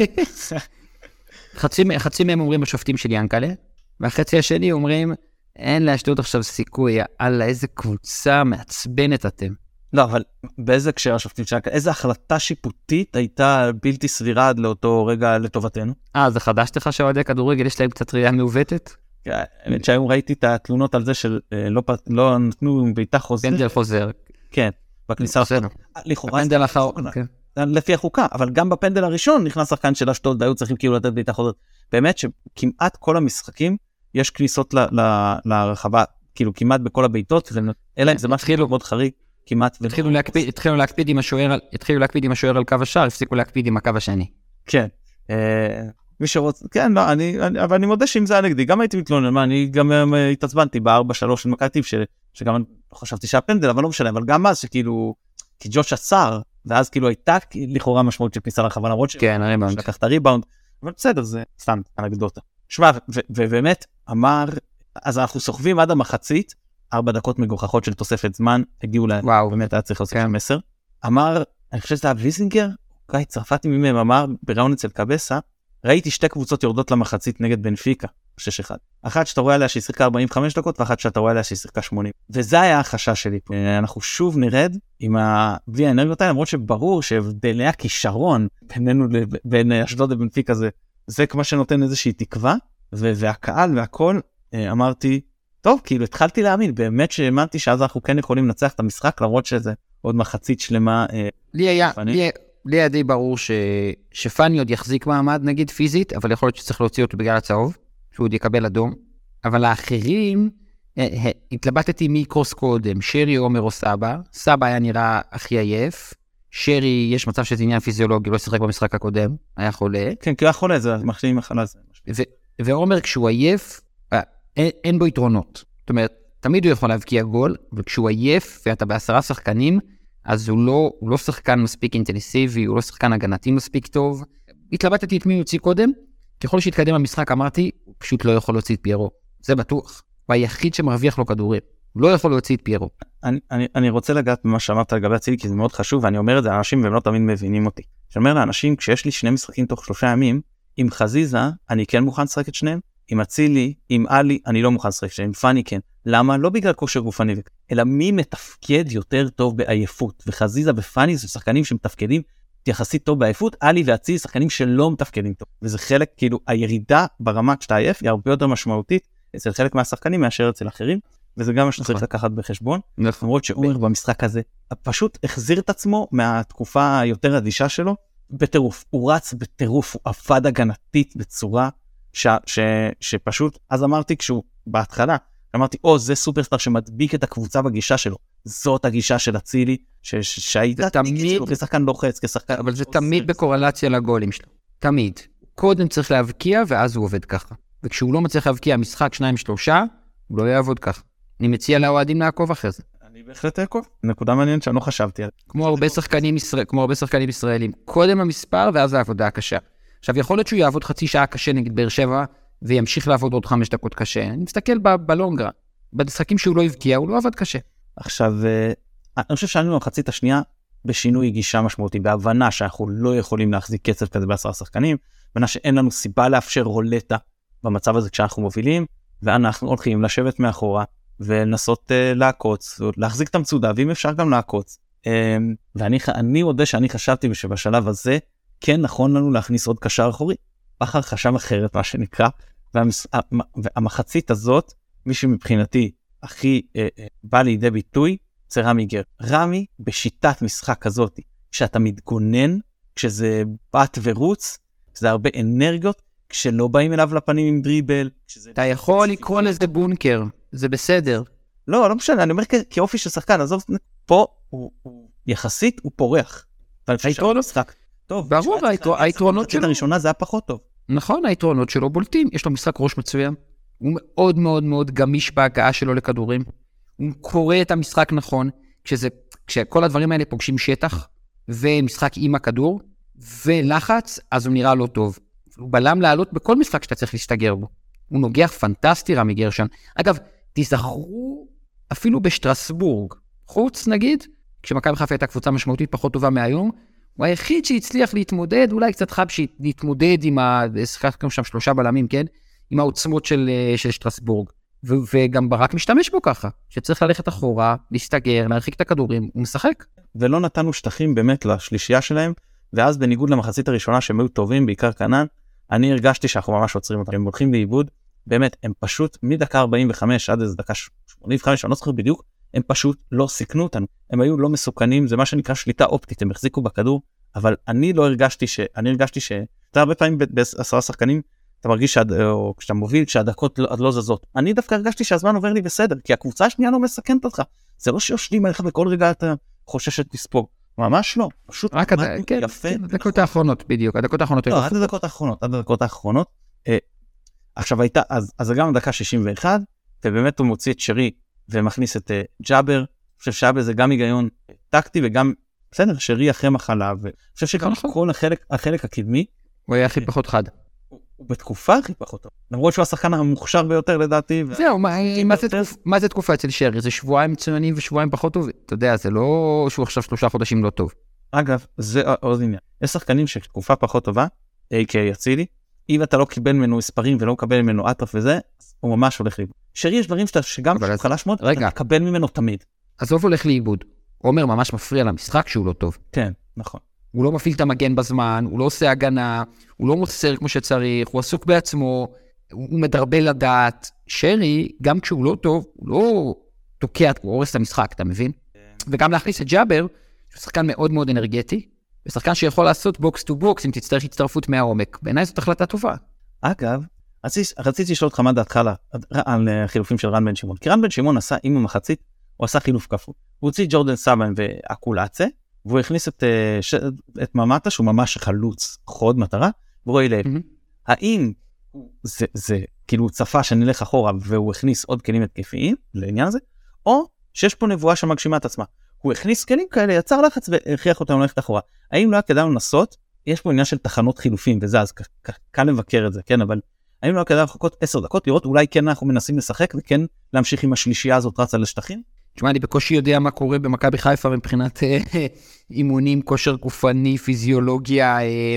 חצי מהם אומרים השופטים של ינקלה, והחצי השני אומרים, אין לאשדוד עכשיו סיכוי, על איזה קבוצה מעצבנת אתם. לא, אבל באיזה הקשר השופטים של ינקלה, איזה החלטה שיפוטית הייתה בלתי סבירה עד לאותו רגע לטובתנו? זה חדש לך שאוהדי כדורגל יש להם קצת ראייה מעוותת? האמת שהיום ראיתי את התלונות על זה שלא נתנו בעיטה חוזר. פנדל חוזר. כן, בכניסה. לכאורה. הפנדל האחרון. לפי החוקה, אבל גם בפנדל הראשון נכנס שחקן של אשדוד, והיו צריכים כאילו לתת בעיטה חוזרת. באמת שכמעט כל המשחקים יש כניסות לרחבה, כאילו כמעט בכל הבעיטות, אלא אם זה משהו מאוד חריג, כמעט. התחילו להקפיד עם השוער על קו השער, הפסיקו להקפיד עם הקו השני. כן. מי שרוצה, כן, לא, אבל אני מודה שאם זה היה נגדי, גם הייתי מתלונן, אני גם התעצבנתי ב-4-3 של מכבי תל אביב, שגם אני חשבתי שהפנדל, אבל לא משנה, אבל גם אז שכאילו, כי ג'וש עצר, ואז כאילו הייתה לכאורה משמעות של כניסה לרחבה, למרות שלקח את הריבאונד, אבל בסדר, זה סתם אנקדוטה. שמע, ובאמת אמר, אז אנחנו סוחבים עד המחצית, 4 דקות מגוחכות של תוספת זמן, הגיעו לה, באמת היה צריך להוסיף 10. אמר, אני חושב שזה היה ויזינגר, אוקיי, צרפתי ממהם, אמר בראיון אצל קבסה, ראיתי 2 קבוצות יורדות למחצית נגד בנפיקה, 6-1. אחת שאתה רואה עליה שהיא שיחקה 45 דקות, ואחת שאתה רואה עליה שהיא שיחקה 80. וזה היה החשש שלי פה. אנחנו שוב נרד בלי האנרגיות האלה, למרות שברור שהבדלי הכישרון בינינו בין אשדוד לבנפיקה זה כמו שנותן איזושהי תקווה, והקהל והכל, אמרתי, טוב, כאילו התחלתי להאמין, באמת שהאמנתי שאז אנחנו כן יכולים לנצח את המשחק, למרות שזה עוד מחצית שלמה. לי היה די ברור שפני עוד יחזיק מעמד, נגיד פיזית, אבל יכול להיות שצריך להוציא אותו בגלל הצהוב, שהוא עוד יקבל אדום. אבל האחרים, התלבטתי מי קרוס קודם, שרי, עומר או סבא. סבא היה נראה הכי עייף. שרי, יש מצב שזה עניין פיזיולוגי, לא ישחק במשחק הקודם, היה חולה. כן, כי הוא היה חולה, זה מחלים מחלה. ועומר, כשהוא עייף, אין בו יתרונות. זאת אומרת, תמיד הוא יכול להבקיע גול, וכשהוא עייף, ואתה ב10 שחקנים, אז הוא לא שחקן מספיק אינטנסיבי, הוא לא שחקן הגנתי מספיק טוב. התלבטתי את מי יוציא קודם, ככל שהתקדם המשחק אמרתי, הוא פשוט לא יכול להוציא את פיירו. זה בטוח. הוא היחיד שמרוויח לו כדורים. הוא לא יכול להוציא את פיירו. אני רוצה לגעת במה שאמרת לגבי אצילי, כי זה מאוד חשוב, ואני אומר את זה לאנשים והם לא תמיד מבינים אותי. אני אומר לאנשים, כשיש לי 2 משחקים תוך 3 ימים, עם חזיזה, אני כן מוכן לשחק את שניהם, עם אצילי, עם אלי, אני לא מוכן לשחק שניהם, עם פני כן. למה? לא בגלל כושר גופני, אלא מי מתפקד יותר טוב בעייפות, וחזיזה ופני זה שחקנים שמתפקדים יחסית טוב בעייפות, אלי ואצילי שחקנים שלא מתפקדים טוב, וזה חלק, כאילו, הירידה ברמה כשאתה עייף היא הרבה יותר משמעותית אצל חלק מהשחקנים מאשר אצל אחרים, וזה גם מה שצריך לקחת בחשבון, למרות שעומר במשחק הזה פשוט החזיר את עצמו מהתקופה היותר אדישה שלו, בטירוף, הוא רץ בטירוף, הוא עבד הגנתית בצורה שפשוט, אז אמרתי כשהוא בהתחלה, אמרתי, זה סופרסטאר שמדביק את הקבוצה בגישה שלו, זאת הגישה של אצילי, שהייתה תמיד כשחקן לוחץ, כשחקן... אבל זה תמיד בקורלציה לגולים שלו, תמיד. קודם צריך להבקיע ואז הוא עובד ככה. וכשהוא לא מצליח להבקיע משחק 2-3, הוא לא יעבוד ככה. אני מציע לאוהדים לעקוב אחרי זה. אני בהחלט אעקוב. נקודה מעניינת שאני לא חשבתי על. כמו הרבה שחקנים ישראלים. קודם המספר ואז העבודה הקשה. עכשיו יכול להיות שהוא יעבוד חצי שעה קשה נגד באר שבע, וימשיך לעבוד עוד 5 דקות קשה. אני מסתכל בלונגרה. במשחקים שהוא לא הבקיע, הוא לא עבד קשה. עכשיו, אני חושב שאני במחצית השנייה, בשינוי גישה משמעותי, בהבנה שאנחנו לא יכולים להחזיק קצב כזה ב10 שחקנים, בהבנה שאין לנו סיבה לאפשר רולטה במצב הזה כשאנחנו מובילים, ואנחנו הולכים לשבת מאחורה, ולנסות לעקוץ, להחזיק את המצודה, ואם אפשר גם לעקוץ. ואני מודה שאני חשבתי שבשלב הזה, כן נכון לנו להכניס עוד קשר אחורי. בכר חשב אחרת, מה שנקרא, והמחצית הזאת, מי שמבחינתי הכי בא לידי ביטוי, זה רמי גר. רמי בשיטת משחק הזאת, כשאתה מתגונן, כשזה בת ורוץ, כשזה הרבה אנרגיות, כשלא באים אליו לפנים עם דריבל. אתה יכול לקרוא לזה בונקר, זה בסדר. לא משנה, אני אומר כאופי של שחקן, עזוב, פה יחסית הוא פורח. ברור, היתרונות שלו. הראשונה זה היה פחות טוב. נכון, היתרונות שלו בולטים. יש לו משחק ראש מצוין. הוא מאוד מאוד מאוד גמיש בהגעה שלו לכדורים. הוא קורא את המשחק נכון, כשכל הדברים האלה פוגשים שטח, ומשחק עם הכדור, ולחץ, אז הוא נראה לא טוב. הוא בלם לעלות בכל משחק שאתה צריך להסתגר בו. הוא נוגח פנטסטי, רמי גרשון. אגב, תזכרו אפילו בשטרסבורג, חוץ נגיד, כשמכבי חיפה הייתה קבוצה משמעותית פחות טובה מהיום, הוא היחיד שהצליח להתמודד, אולי קצת חב להתמודד עם שחקנו שם 3 בלמים, כן? עם העוצמות של שטרסבורג. וגם ברק משתמש בו ככה, שצריך ללכת אחורה, להסתגר, להרחיק את הכדורים, הוא משחק. ולא נתנו שטחים באמת לשלישייה שלהם, ואז בניגוד למחצית הראשונה שהם היו טובים, בעיקר קנן, אני הרגשתי שאנחנו ממש עוצרים אותם, הם הולכים לאיבוד, באמת, הם פשוט מדקה 45 עד איזה דקה 85, אני לא זוכר בדיוק, הם פשוט לא סיכנו אותנו, הם היו לא מסוכנים, זה מה שנקרא שליטה אופטית, הם החזיקו בכדור, אבל אני הרגשתי אתה הרבה פעמים ב10 שחקנים, אתה מרגיש או כשאתה מוביל שהדקות לא זזות, אני דווקא הרגשתי שהזמן עובר לי בסדר, כי הקבוצה השנייה לא מסכנת אותך, זה לא שיושבים עליך בכל רגע אתה חוששת לספוג, ממש לא, פשוט יפה. הדקות האחרונות בדיוק, הדקות האחרונות. לא, עד הדקות האחרונות, עכשיו הייתה, אז גם דקה 61, ובאמת הוא מוציא את שרי, ומכניס את ג'אבר, אני חושב שאבל זה גם היגיון טקטי, וגם, בסדר, שרי אחרי מחלה, ואני חושב שגם כל החלק הקדמי, הוא היה הכי פחות חד. הוא בתקופה הכי פחות טוב, למרות שהוא השחקן המוכשר ביותר לדעתי. זהו, מה זה תקופה אצל שרי? זה שבועיים מצוינים ושבועיים פחות טוב, אתה יודע, זה לא שהוא עכשיו 3 חודשים לא טוב. אגב, זה עוד עניין, יש שחקנים שתקופה פחות טובה, יצילי, אם אתה לא קיבל ממנו מספרים ולא מקבל ממנו אטרף וזה, הוא ממש הולך לאיבוד. שרי יש דברים שגם חלש מאוד, אתה מקבל ממנו תמיד. עזוב הולך לאיבוד. עומר ממש מפריע למשחק שהוא לא טוב. כן, נכון. הוא לא מפעיל את המגן בזמן, הוא לא עושה הגנה, הוא לא מוסר כמו שצריך, הוא עסוק בעצמו, הוא מדרבל לדעת. שרי, גם כשהוא לא טוב, הוא לא תוקע, הוא הורס את המשחק, אתה מבין? וגם להכניס את ג'אבר, שהוא שחקן מאוד מאוד אנרגטי, ושחקן שיכול לעשות בוקס טו בוקס, אם תצטרך הצטרפות מהעומק. בעיניי זאת החלטה טובה. אגב, רציתי לשאול אותך מה דעתך על החילופים של רן בן שמעון. כי רן בן שמעון עשה עם המחצית, הוא עשה חילוף כפול. הוא הוציא ג'ורדן סאבן ואקולצה, והוא הכניס את ממטה, שהוא ממש חלוץ, חוד מטרה, ורואי לב. האם זה כאילו צפה שנלך אחורה, והוא הכניס עוד כלים התקפיים לעניין הזה, או שיש פה נבואה שמגשימה את עצמה. הוא הכניס כלים כאלה, יצר לחץ והכריח אותנו ללכת אחורה. האם לא היה כדאי לנסות? יש פה עניין של תחנות חילופים, וזה אז קל לבקר את זה, כן? אבל האם לא היה כדאי לחכות 10 דקות, לראות אולי כן אנחנו מנסים לשחק, וכן להמשיך עם השלישייה הזאת רצה לשטחים? תשמע, אני בקושי יודע מה קורה במכבי חיפה מבחינת אימונים, כושר גופני, פיזיולוגיה,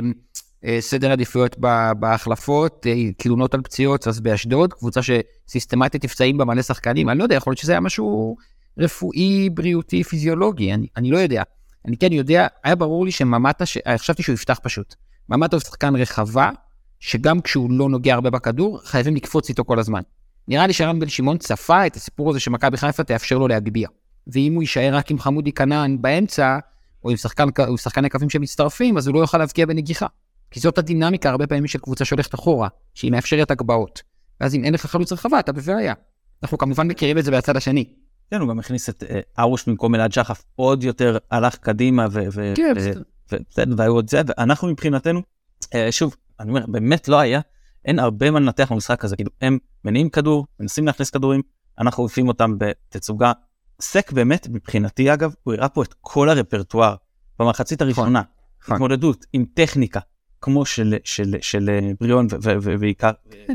סדר עדיפויות בהחלפות, תלונות על פציעות, אז באשדוד, קבוצה שסיסטמטית נפצעים בה מלא שחקנים, אני לא יודע, יכול להיות שזה היה משהו רפואי, בריאותי, פיזיולוגי, אני לא יודע. אני כן יודע, היה ברור לי שממטה, חשבתי שהוא יפתח פשוט. ממטה הוא שחקן רחבה, שגם כשהוא לא נוגע הרבה בכדור, חייבים לקפוץ איתו כל הזמן. נראה לי שרן בן שמעון צפה את הסיפור הזה שמכבי חיפה תאפשר לו להגביע. ואם הוא יישאר רק עם חמודי קנן באמצע, או עם שחקני קווים שמצטרפים, אז הוא לא יוכל להבקיע בנגיחה. כי זאת הדינמיקה הרבה פעמים של קבוצה שהולכת אחורה, שהיא מאפשרת הגבעות. ואז אם אין לך חלוץ רחבה, אתה בבעיה. אנחנו כמובן מכירים את זה בצד השני. כן, הוא גם הכניס את ארוש במקום אלעד שחף, עוד יותר הלך קדימה, והיו עוד זה, ואנחנו מבחינתנו, שוב, אני אומר, באמת לא היה, אין הרבה מה לנתח במשחק הזה, כאילו, הם מניעים כדור, מנסים להכניס כדורים, אנחנו עושים אותם בתצוגה, סק באמת, מבחינתי אגב, הוא הראה פה את כל הרפרטואר, במחצית הראשונה, התמודדות עם טכניקה, כמו של בריאון ועיקר.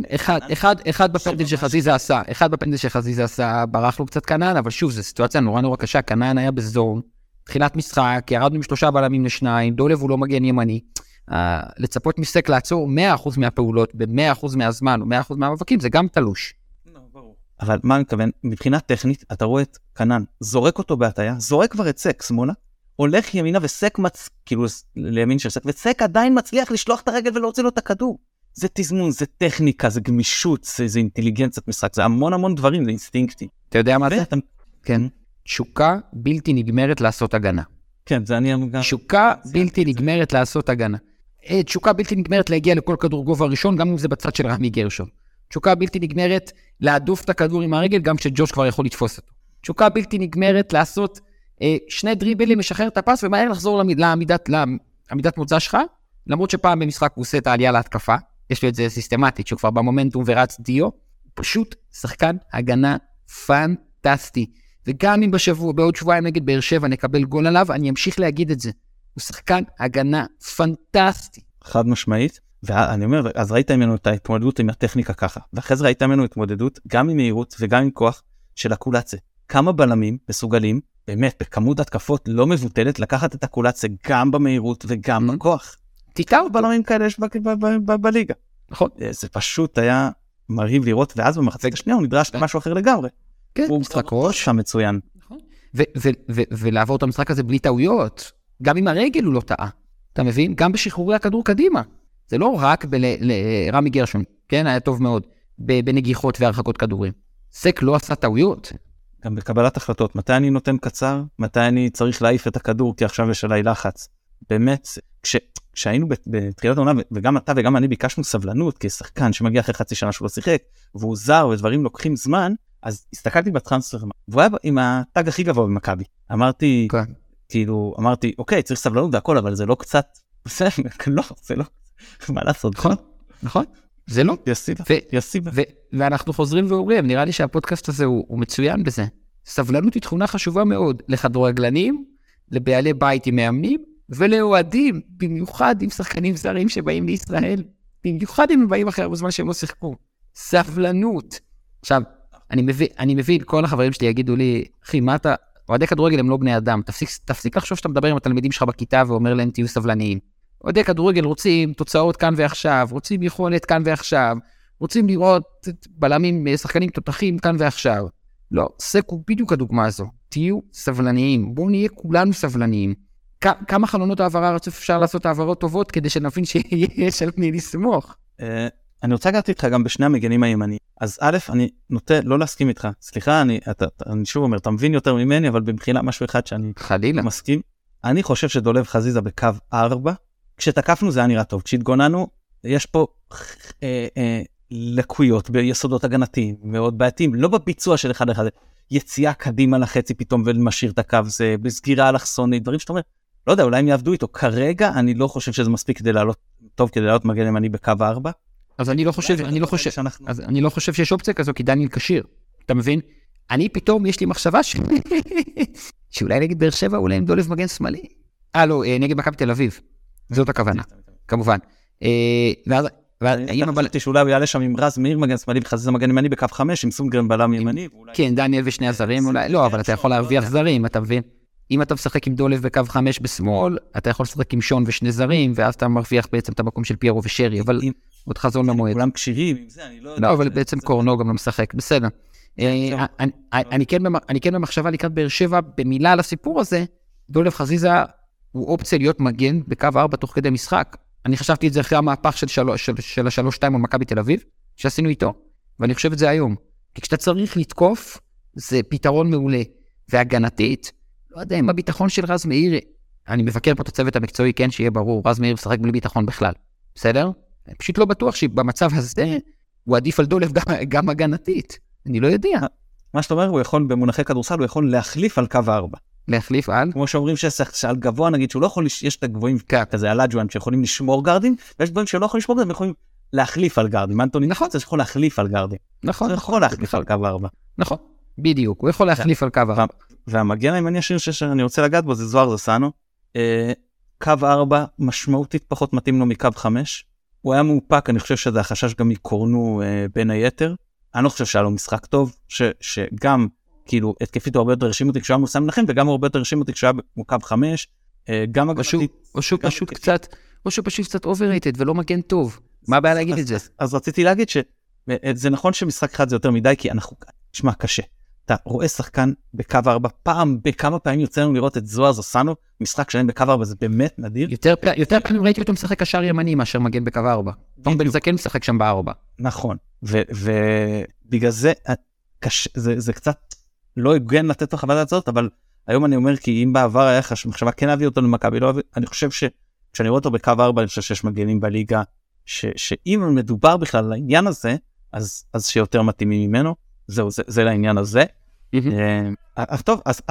אחד בפנדל שחזיזה עשה, ברח לו קצת קנן, אבל שוב, זו סיטואציה נורא קשה, קנן היה בזון, תחילת משחק, ירדנו עם 3 בלמים ל2, דולב הוא לא מגן ימני, לצפות מסק לעצור 100% מהפעולות, ב-100% מהזמן, או 100% מהמאבקים, זה גם תלוש. אבל מה אני מתכוון, מבחינה טכנית, אתה רואה את קנן, זורק אותו בהטיה, זורק כבר את סק, שמאלה, הולך ימינה וסק כאילו לימין של סק, וסק עדיין מצליח לשלוח את הרגל ולהוציא לו את הכדור. זה תזמון, זה טכניקה, זה גמישות, זה אינטליגנציית משחק, זה המון דברים, זה אינסטינקטי. אתה יודע מה זה? כן. תשוקה בלתי נגמרת לעשות הגנה. כן, זה אני גם... תשוקה בלתי נגמרת לעשות הגנה. תשוקה בלתי נגמרת להגיע לכל כדור גובה ראשון, גם אם זה בצד של רמי גרשון. תשוקה בלתי נגמרת להדוף את הכדור עם הרגל, גם כשג'וש כבר יכול לתפוס אותו. תשוקה בלתי נגמרת לעשות שני דריבלים, משחרר את הפס, ומהר לחזור לעמידת מוצא שלך, למרות שפעם במשחק הוא עושה את העלייה להתקפה, יש לו את זה סיסטמטית, שהוא כבר במומנטום ורץ דיו, פשוט שחקן הגנה פנטסטי, וגם אם בעוד שבועיים נגד באר שבע נקבל גול עליו, אני אמשיך להגיד את זה, הוא שחקן הגנה פנטסטי. חד משמעית, ואני אומר, אז ראית ממנו את ההתמודדות עם הטכניקה ככה, ואחרי זה ראית ממנו התמודדות גם עם מהירות וגם עם כוח של הקולציה. כמה בלמים מסוגלים, באמת, בכמות התקפות לא מבוטלת, לקחת את הקולציה גם במהירות וגם בכוח. תיתאו בלמים כאלה יש בליגה. נכון. זה פשוט היה מרהיב לראות, ואז במחצית השנייה הוא נדרש למשהו אחר לגמרי. כן, הוא משחק ראש. שם מצוין. ולעבור את המשחק הזה בלי טעויות, גם עם הרגל הוא לא טעה. אתה מבין? גם בשחרורי הכדור קדימה. זה לא רק לרמי גרשון, כן? היה טוב מאוד, בנגיחות והרחקות כדורים. סק לא עשה טעויות. גם בקבלת החלטות, מתי אני נותן קצר, מתי אני צריך להעיף את הכדור, כי עכשיו יש עליי לחץ. באמת, כשהיינו בתחילת העונה, וגם אתה וגם אני ביקשנו סבלנות, כשחקן שמגיע אחרי חצי שנה שהוא לא שיחק, והוא זר ודברים לוקחים זמן, אז הסתכלתי בטרנספר, והוא היה עם הטאג הכי גבוה במכבי. אמרתי, אוקיי, צריך סבלנות והכל, אבל זה לא קצת, זה לא, מה לעשות? נכון, זה לא. יסיבה. ואנחנו חוזרים ואומרים, נראה לי שהפודקאסט הזה הוא מצוין בזה. סבלנות היא תכונה חשובה מאוד לכדורגלנים, לבעלי בית עם מאמנים, ולאוהדים, במיוחד עם שחקנים זרים שבאים לישראל, במיוחד אם הם באים אחרי בזמן שהם לא שיחקו. סבלנות. עכשיו, אני מבין, כל החברים שלי יגידו לי, אחי, מה אתה, אוהדי כדורגל הם לא בני אדם, תפסיק לחשוב שאתה מדבר עם התלמידים שלך בכיתה ואומר להם תהיו סבלניים. אוהדי כדורגל רוצים תוצאות כאן ועכשיו, רוצים יכולת כאן ועכשיו, רוצים לראות בלמים, שחקנים תותחים כאן ועכשיו. לא, סק הוא בדיוק הדוגמה הזו. תהיו סבלניים, בואו נהיה כולנו סבלניים. כמה חלונות העברה רצוף אפשר לעשות העברות טובות כדי שנבין שיש על פני לסמוך. אני רוצה לגעת איתך גם בשני המגנים הימניים. אז א', אני נוטה לא להסכים איתך. סליחה, אני שוב אומר, אתה מבין יותר ממני, אבל במחילה משהו אחד שאני מסכים. אני חושב שדולב חזיזה בקו 4, כשתקפנו זה היה נראה טוב. כשהתגוננו, יש פה לקויות ביסודות הגנתיים, מאוד בעייתיים, לא בביצוע של אחד אחד, יציאה קדימה לחצי פתאום ומשאיר את הקו, זה בסגירה אלכסונית, דברים שאתה אומר, לא יודע, אולי הם יעבדו איתו. כרגע אני לא חושב שזה מספיק כדי לעלות טוב, כדי לעלות מגן ימני בקו 4. אז אני לא חושב שיש אופציה כזו, כי דניאל כשיר. אתה מבין? אני פתאום, יש לי מחשבה שאולי נגד באר שבע, אולי עם דולב מגן שמאלי. לא, נגד מכבי תל אביב. זאת הכוונה, כמובן. אני חשבתי שאולי הוא יעלה שם עם רז מאיר מגן שמאלי, וחזיזה מגן ימני בקו 5, עם סונגרן בלם ימני. כן, דניאל ושני הזרים אולי. לא, אבל אתה יכול להרוויח זרים, אתה מבין? אם אתה משחק עם דולב בקו 5 בשמאל, אתה יכול לשחק עם שון ושני זרים, ואז אתה מרוויח בעצם את המקום של פיירו ושרי, אבל עוד חזון למועד. כולם קשירים עם זה, אני לא יודע. לא, אבל בעצם קורנו גם לא משחק, בסדר. אני כן במחשבה לקראת באר שבע, במילה על הסיפור הזה, דולב חזיזה הוא אופציה להיות מגן בקו 4 תוך כדי משחק. אני חשבתי את זה אחרי המהפך של ה-3-2 על מכבי תל אביב, שעשינו איתו, ואני חושב את זה היום. כי כשאתה צריך לתקוף, זה פתרון מעולה. והגנתית, לא יודע אם הביטחון של רז מאיר, אני מבקר פה את הצוות המקצועי, כן, שיהיה ברור, רז מאיר משחק בלי ביטחון בכלל. בסדר? אני פשוט לא בטוח שבמצב הזה, הוא עדיף על דולב גם הגנתית. אני לא יודע. מה שאתה אומר, הוא יכול, במונחי כדורסל, הוא יכול להחליף על קו 4. להחליף על? כמו שאומרים שעל גבוה, נגיד שהוא לא יכול, יש את הגבוהים כזה, על אג'ואן, שיכולים לשמור גרדים, ויש דברים שלא יכולים לשמור גרדים, יכולים להחליף על גרדים. אנטוני נכון, זה יכול להחליף על גרדים. נכון. זה יכול להחליף על קו 4. נכון, בדיוק, הוא יכול להחליף על קו 4. והמגן הימני השיר שאני רוצה לגעת בו, זה זוהר זסנו. קו 4 משמעותית פחות מתאים לו מקו 5. הוא היה מאופק, אני חושב שזה החשש גם מקורנו בין היתר. אני לא חושב שהיה לו משחק טוב, שגם כאילו התקפית הוא הרבה יותר הרשים אותי כשהיה מוסם לכם, וגם הוא הרבה יותר הרשים אותי כשהיה בקו 5. גם הגנתית. או שהוא פשוט קצת overrated ולא מגן טוב. מה הבעיה להגיד את זה? אז רציתי להגיד שזה נכון שמשחק אחד זה יותר מדי, כי אנחנו, תשמע, קשה. אתה רואה שחקן בקו 4, בכמה פעמים יוצא לנו לראות את זוהר זסנו, משחק שלהם בקו 4, זה באמת נדיר. יותר פעמים ראיתי אותו משחק קשר ימני מאשר מגן בקו 4. תום בן זקן משחק שם ב4. נכון, ובגלל זה, זה קצת לא הגן לתת לך חוות הזאת, אבל היום אני אומר, כי אם בעבר היה מחשבה כן להביא אותו למכבי, אני חושב שכשאני רואה אותו בקו 4, אני חושב שיש מגנים בליגה, שאם מדובר בכלל על העניין הזה, אז שיותר מתאימים ממנו, זהו, זה לעניין הזה. טוב,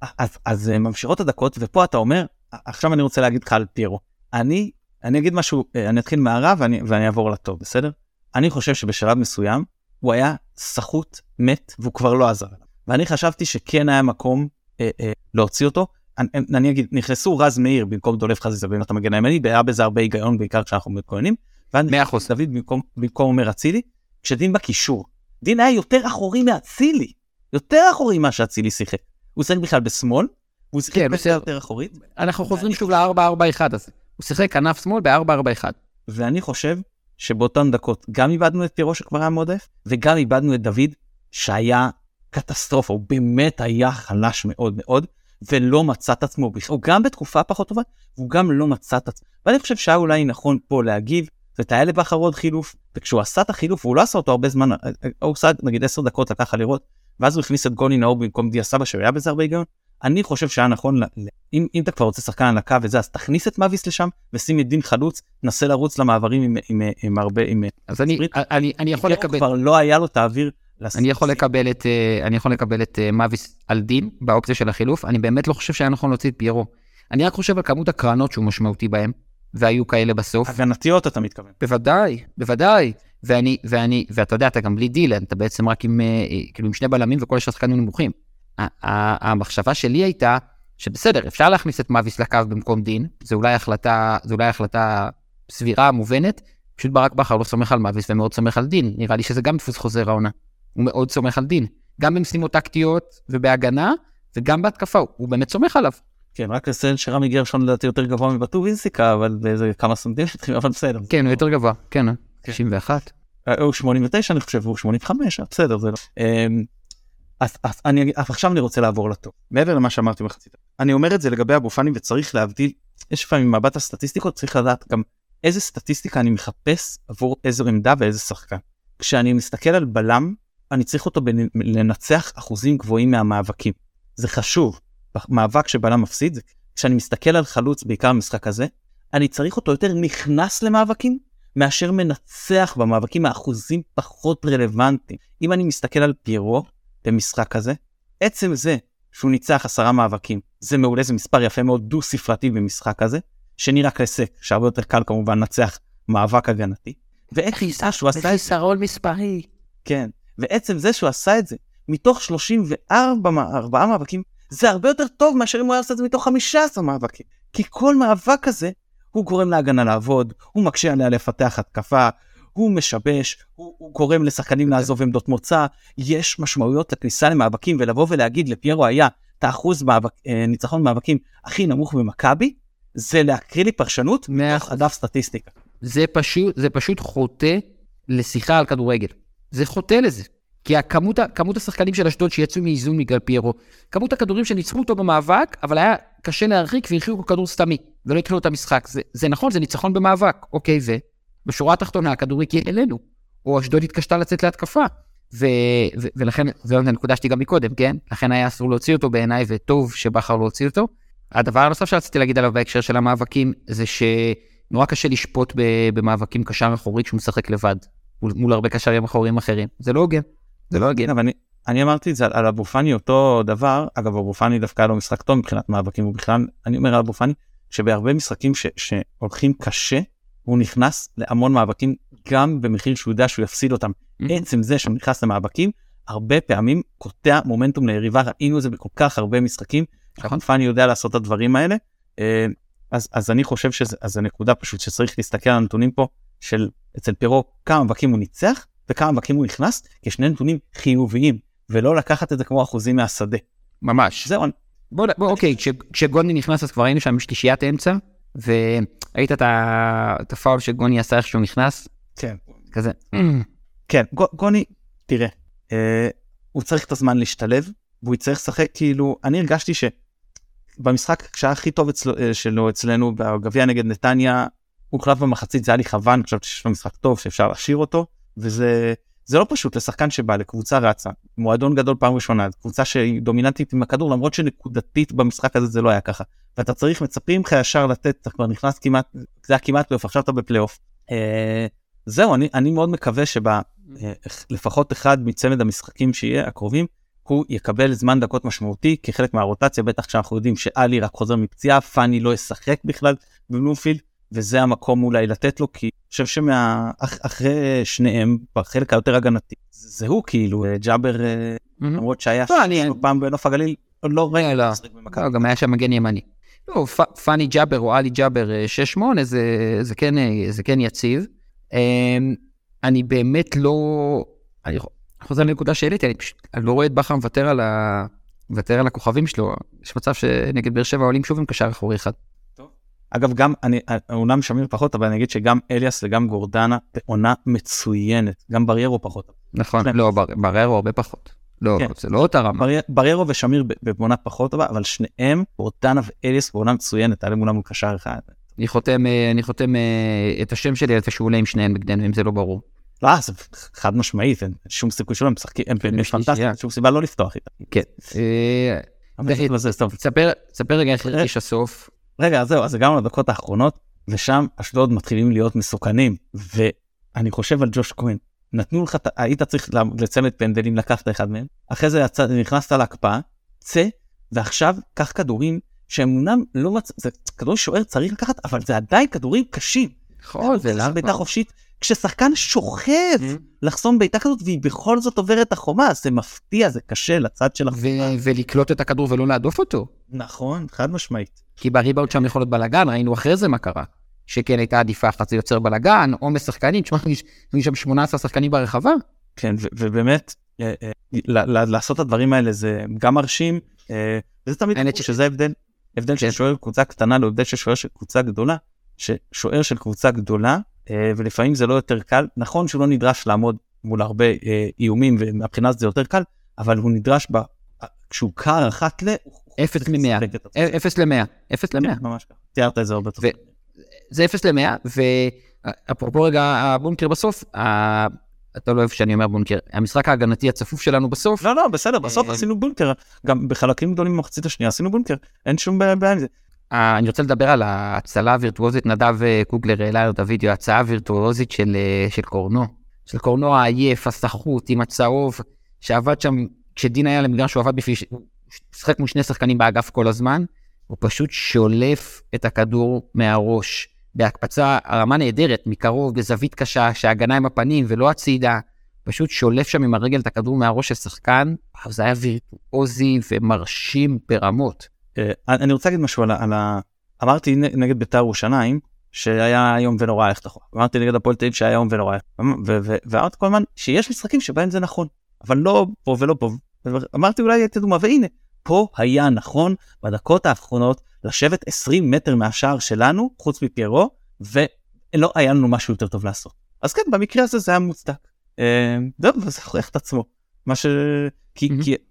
אז ממשיכות הדקות, ופה אתה אומר, עכשיו אני רוצה להגיד לך על פיירו. אני אגיד משהו, אני אתחיל מהרע ואני אעבור לטוב, בסדר? אני חושב שבשלב מסוים, הוא היה סחוט, מת, והוא כבר לא עזר. ואני חשבתי שכן היה מקום להוציא אותו. אני אגיד, נכנסו רז מאיר במקום דולב חזיזה בימת המגן הימני, היה בזה הרבה היגיון, בעיקר כשאנחנו מתכוננים. 100%. דוד במקום אומר אצילי, כשדין בקישור. דין היה יותר אחורי מאצילי. יותר אחורי מה שאצילי שיחק. הוא שיחק בכלל בשמאל, והוא שיחק יותר אחורית. אנחנו חוזרים שוב ל-4-4-1 הזה. הוא שיחק כנף שמאל ב-4-4-1. ואני חושב שבאותן דקות גם איבדנו את פירו שכבר היה מועדף, וגם איבדנו את דוד שהיה קטסטרופה, הוא באמת היה חלש מאוד מאוד, ולא מצא את עצמו בכלל, הוא גם בתקופה פחות טובה, והוא גם לא מצא את עצמו. ואני חושב שהיה אולי נכון פה להגיב, ותהיה בחר עוד חילוף, וכשהוא עשה את החילוף, הוא לא עשה אותו הרבה זמן, הוא עשה נגיד 10 דקות לקחה לראות, ואז הוא הכניס את גוני נאור במקום דיה סבא, שהיה בזה הרבה היגיון. אני חושב שהיה נכון, אם אתה כבר רוצה שחקן על הקו וזה, אז תכניס את מאביס לשם, ושים את דין חלוץ, נסה לרוץ למעברים עם הרבה, אז אני יכול לקבל, כבר לא היה לו תעביר, אני יכול לקבל את מאביס על דין, באופציה של החילוף, אני באמת לא חושב שהיה נכון להוציא את פיירו, אני רק חושב על כמות הקרנות שהוא משמעותי בהם, והיו כאלה בסוף. הגנתיות אתה מתכוון. בוודאי, ואתה יודע, אתה גם בלי דילן, אתה בעצם רק עם שני בלמים, וכל השחקנים נמוכים. המחשבה שלי הייתה, שבסדר, אפשר להכניס את מאביס לקו במקום דין, זה אולי החלטה סבירה, מובנת, פשוט ברק בכר לא סומך על מאביס ומאוד סומך על דין, נראה לי שזה גם דפוס חוזר העונה, הוא מאוד סומך על דין, גם במשימות טקטיות ובהגנה, וגם בהתקפה, הוא באמת סומך עליו. כן, רק לציין שרמי גרשון לדעתי יותר גבוה מבטו וינסיקה, אבל באיזה כמה סנטימטרים, אבל בסדר. כן, הוא יותר גבוה, כן, 91. הוא 89 אני חושב, הוא 85, בסדר, זה לא. אז עכשיו אני רוצה לעבור לטוב. מעבר למה שאמרתי מחצית. אני אומר את זה לגבי אבו פאני, וצריך להבדיל, יש לפעמים מבט הסטטיסטיקות, צריך לדעת גם איזה סטטיסטיקה אני מחפש עבור איזו עמדה ואיזה שחקן. כשאני מסתכל על בלם, אני צריך אותו לנצח אחוזים גבוהים מהמאבקים. זה חשוב. במאבק שבלם מפסיד, כשאני מסתכל על חלוץ, בעיקר המשחק הזה, אני צריך אותו יותר נכנס למאבקים, מאשר מנצח במאבקים, האחוזים פחות רלוונטיים. אם אני מסתכל על פיירו, במשחק הזה, עצם זה שהוא ניצח 10 מאבקים, זה מעולה, זה מספר יפה מאוד דו ספרתי במשחק הזה, שני רק לסק, שהרבה יותר קל כמובן נצח מאבק הגנתי, וחיסרון מספרי. כן, ועצם זה שהוא עשה את זה, מתוך 34 מאבקים, זה הרבה יותר טוב מאשר אם הוא היה עושה את זה מתוך 15 מאבקים, כי כל מאבק הזה, הוא גורם להגנה לעבוד, הוא מקשה עליה לפתח התקפה, הוא משבש, הוא גורם לשחקנים לעזוב עמדות מוצא, יש משמעויות לכניסה למאבקים, ולבוא ולהגיד לפיירו היה את האחוז ניצחון מאבקים הכי נמוך במכבי, זה להקריא לי פרשנות מתוך הדף סטטיסטיקה. זה פשוט חוטא לשיחה על כדורגל. זה חוטא לזה. כי כמות השחקנים של אשדוד שיצאו מאיזון מגל פיירו, כמות הכדורים שניצחו אותו במאבק, אבל היה קשה להרחיק והרחיקו כדור סתמי, ולא התחילו את המשחק. זה נכון, זה ניצחון במאבק. אוקיי, בשורה התחתונה, הכדור הגיע אלינו, או אשדוד התקשתה לצאת להתקפה, ולכן, זו הנקודה שלי גם מקודם, כן? לכן היה אסור להוציא אותו בעיניי, וטוב שבחר לא הוציא אותו. הדבר הנוסף שרציתי להגיד עליו בהקשר של המאבקים, זה שנורא קשה לשפוט במאבקים קשר אחורית, שהוא משחק לבד, מול הרבה קשרים אחוריים אחרים. זה לא הוגן. זה לא הוגן. אבל אני אמרתי את זה על אבו פאני אותו דבר, אגב, אבו פאני דווקא לא משחק טוב מבחינת מאבקים, ובכלל, אני אומר על אבו פאני, שבהרבה משחקים שהולכים קשה, הוא נכנס להמון מאבקים, גם במחיר שהוא יודע שהוא יפסיד אותם. עצם זה שהוא נכנס למאבקים, הרבה פעמים קוטע מומנטום ליריבה, ראינו את זה בכל כך הרבה משחקים, פאני יודע לעשות את הדברים האלה, אז אני חושב שזה הנקודה פשוט שצריך להסתכל על הנתונים פה, של אצל פירו, כמה מאבקים הוא ניצח, וכמה מאבקים הוא נכנס, כשני נתונים חיוביים, ולא לקחת את זה כמו אחוזים מהשדה. ממש. זהו. אוקיי, כשגוני נכנס, אז כבר ראינו שם שלישיית אמצע, והיית את הפאול שגוני עשה איך שהוא נכנס? כן. כזה. כן, גוני, תראה, הוא צריך את הזמן להשתלב, והוא יצטרך לשחק כאילו, אני הרגשתי שבמשחק שהיה הכי טוב שלו אצלנו, בגביע נגד נתניה, הוא הוחלף במחצית, זה היה לי חוון, אני חושבת שיש לו משחק טוב, שאפשר להשאיר אותו, וזה לא פשוט לשחקן שבא לקבוצה רצה, מועדון גדול פעם ראשונה, קבוצה שהיא דומיננטית עם הכדור, למרות שנקודתית במשחק הזה זה לא היה ככה, ואתה צריך, מצפים לך ישר לתת, אתה כבר נכנס כמעט, זה היה כמעט פלייאוף, עכשיו אתה בפלייאוף. זהו, אני מאוד מקווה לפחות אחד מצמד המשחקים שיהיה, הקרובים, הוא יקבל זמן דקות משמעותי, כחלק מהרוטציה, בטח כשאנחנו יודעים שאלי רק חוזר מפציעה, פאני לא ישחק בכלל בבלומפילד, וזה המקום אולי לתת לו, כי אני חושב שאחרי שניהם, בחלק היותר הגנתי, זה הוא כאילו, ג'אבר, למרות שהיה פעם בנוף הגליל, לא ראיתי לשחק במכבי. גם היה שם מגן ימני. לא, פאני ג'אבר או אלי ג'אבר 6-8, זה כן יציב. אני באמת לא... אני חוזר לנקודה שהעליתי, אני לא רואה את בכר מוותר על הכוכבים שלו. יש מצב שנגד באר שבע עולים שוב עם קשר אחורי אחד. אגב, גם, אומנם שמיר פחות, אבל אני אגיד שגם אליאס וגם גורדנה בעונה מצוינת, גם בריירו פחות. נכון, לא, בריירו הרבה פחות. לא, זה לא אותה רמה. בריירו ושמיר בעונה פחות טובה, אבל שניהם, גורדנה ואליאס בעונה מצוינת, היה מולם קשר אחד. אני חותם את השם שלי, את השאולה עם שניהם בגדנו, אם זה לא ברור. לא, זה חד משמעית, אין שום סיכוי שלו, הם משחקים, הם פנטסטיים, שום סיבה לא לפתוח איתה. כן. תספר רגע איך הרגיש הסוף. רגע, זהו, אז הגענו לדקות האחרונות, ושם אשדוד מתחילים להיות מסוכנים, ואני חושב על ג'וש כהן, נתנו לך, היית צריך לצמד פנדלים, לקחת אחד מהם, אחרי זה נכנסת להקפאה, צא, ועכשיו קח כדורים, שאמונם לא זה כדורים שוער צריך לקחת, אבל זה עדיין כדורים קשים. נכון, זה למה? ביתה חופשית, כששחקן שוכב לחסום ביתה כזאת, והיא בכל זאת עוברת החומה, זה מפתיע, זה קשה לצד של החומה. ולקלוט את הכדור ולא להדוף אותו. נכון, חד משמעית. כי בריבאונד שם יכול להיות בלגן, ראינו אחרי זה מה קרה. שכן הייתה עדיפה אחת, זה יוצר בלגן, או משחקנים, תשמע, יש שם 18 שחקנים ברחבה. כן, ובאמת, לעשות את הדברים האלה זה גם מרשים, וזה תמיד שזה הבדל של שוער קבוצה קטנה, לא הבדל של שוער של קבוצה גדולה, ששוער של קבוצה גדולה, ולפעמים זה לא יותר קל, נכון שהוא לא נדרש לעמוד מול הרבה איומים, ומבחינה זה יותר קל, אבל הוא נדרש כשהוא קר אחת 0 ל-100, 0 ל-100, 0 ל-100. ממש ככה, תיארת את זה הרבה טוב. זה 0 ל-100, ואפרופו רגע הבונקר בסוף, אתה לא אוהב שאני אומר בונקר, המשחק ההגנתי הצפוף שלנו בסוף. לא, בסדר, בסוף עשינו בונקר, גם בחלקים גדולים במחצית השנייה עשינו בונקר, אין שום בעיה עם זה. אני רוצה לדבר על ההצלה הווירטואוזית, נדב קוגלר העלה את הוידאו, ההצעה הווירטואוזית של קורנו. של קורנו העייף, הסחוט, עם הצהוב, שעבד שם, כשדין היה למגרש, הוא עבד שחק מול שני שחקנים באגף כל הזמן, הוא פשוט שולף את הכדור מהראש, בהקפצה הרמה נהדרת, מקרוב, בזווית קשה, שהגנה עם הפנים ולא הצידה, פשוט שולף שם עם הרגל את הכדור מהראש של שחקן, זה היה וירטואוזי ומרשים ברמות. אני רוצה להגיד משהו אמרתי נגד בית"ר ירושלים, שהיה יום ונורא איך תחום. אמרתי נגד הפועל תל אביב שהיה יום ונורא. ואמרתי כל הזמן שיש משחקים שבהם זה נכון, אבל לא פה ולא פה. אמרתי אולי תדומה, והנה, פה היה נכון בדקות האחרונות לשבת 20 מטר מהשער שלנו, חוץ מפיירו, ולא היה לנו משהו יותר טוב לעשות. אז כן, במקרה הזה זה היה מוצדק. זהו, וזה הוכיח את עצמו. כי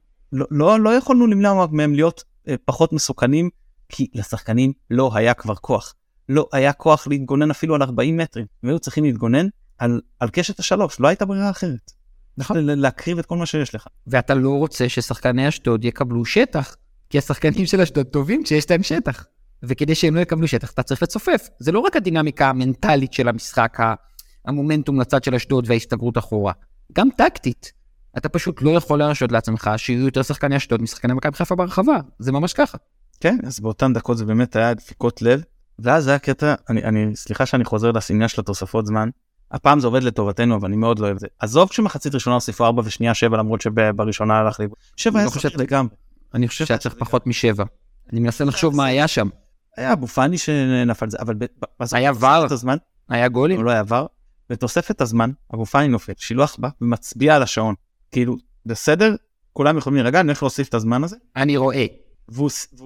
לא יכולנו למנוע מהם להיות פחות מסוכנים, כי לשחקנים לא היה כבר כוח. לא היה כוח להתגונן אפילו על 40 מטרים. הם היו צריכים להתגונן על קשת השלוש, לא הייתה ברירה אחרת. נכון. להקריב את כל מה שיש לך. ואתה לא רוצה ששחקני אשדוד יקבלו שטח, כי השחקנים של אשדוד טובים כשיש להם שטח. וכדי שהם לא יקבלו שטח, אתה צריך לצופף. זה לא רק הדינמיקה המנטלית של המשחק, המומנטום לצד של אשדוד וההסתגרות אחורה. גם טקטית. אתה פשוט לא יכול להרשות לעצמך שיהיו יותר שחקני אשדוד משחקני מכבי חיפה ברחבה. זה ממש ככה. כן, אז באותן דקות זה באמת היה דפיקות לב, ואז זה היה קטע, סליחה שאני חוזר לעניין של התוספות זמן, הפעם זה עובד לטובתנו, אבל אני מאוד לא אוהב את זה. עזוב כשמחצית ראשונה הוסיפו 4 ושנייה 7, למרות שבראשונה הלך לי 7 היה סופר לגמרי. אני חושב שהיה צריך פחות מ7. אני מנסה לחשוב מה היה שם. היה אבו פאני שנפל זה, אבל היה ור, היה גולים. לא היה ור, בתוספת הזמן, אבו פאני נופל, שילוח בא ומצביע על השעון. כאילו, בסדר, כולם יכולים להירגע, אני הולך להוסיף את הזמן הזה. אני רואה. והוא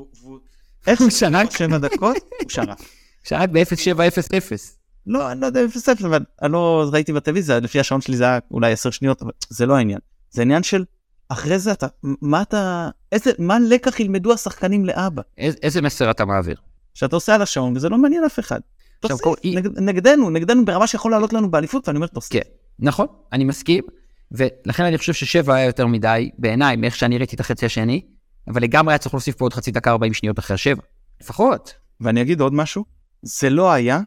שרק 7 דקות, הוא שרק. שרק ב-0700. לא, אני לא יודע, אבל אני לא ראיתי בטלוויזיה, לפי השעון שלי זה היה אולי 10 שניות, אבל זה לא העניין. זה עניין של, אחרי זה מה לקח ילמדו השחקנים לאבא? איזה מסר אתה מעביר? שאתה עושה על השעון, וזה לא מעניין אף אחד. נגדנו ברמה שיכול לעלות לנו באליפות, ואני אומר, תוסיף. כן, נכון, אני מסכים, ולכן אני חושב ש7 היה יותר מדי, בעיניי, מאיך שאני ראיתי את החצי השני, אבל לגמרי היה צריך להוסיף פה עוד חצי דקה 40 שניות אחרי 7, לפחות. ואני אגיד עוד משהו, זה לא היה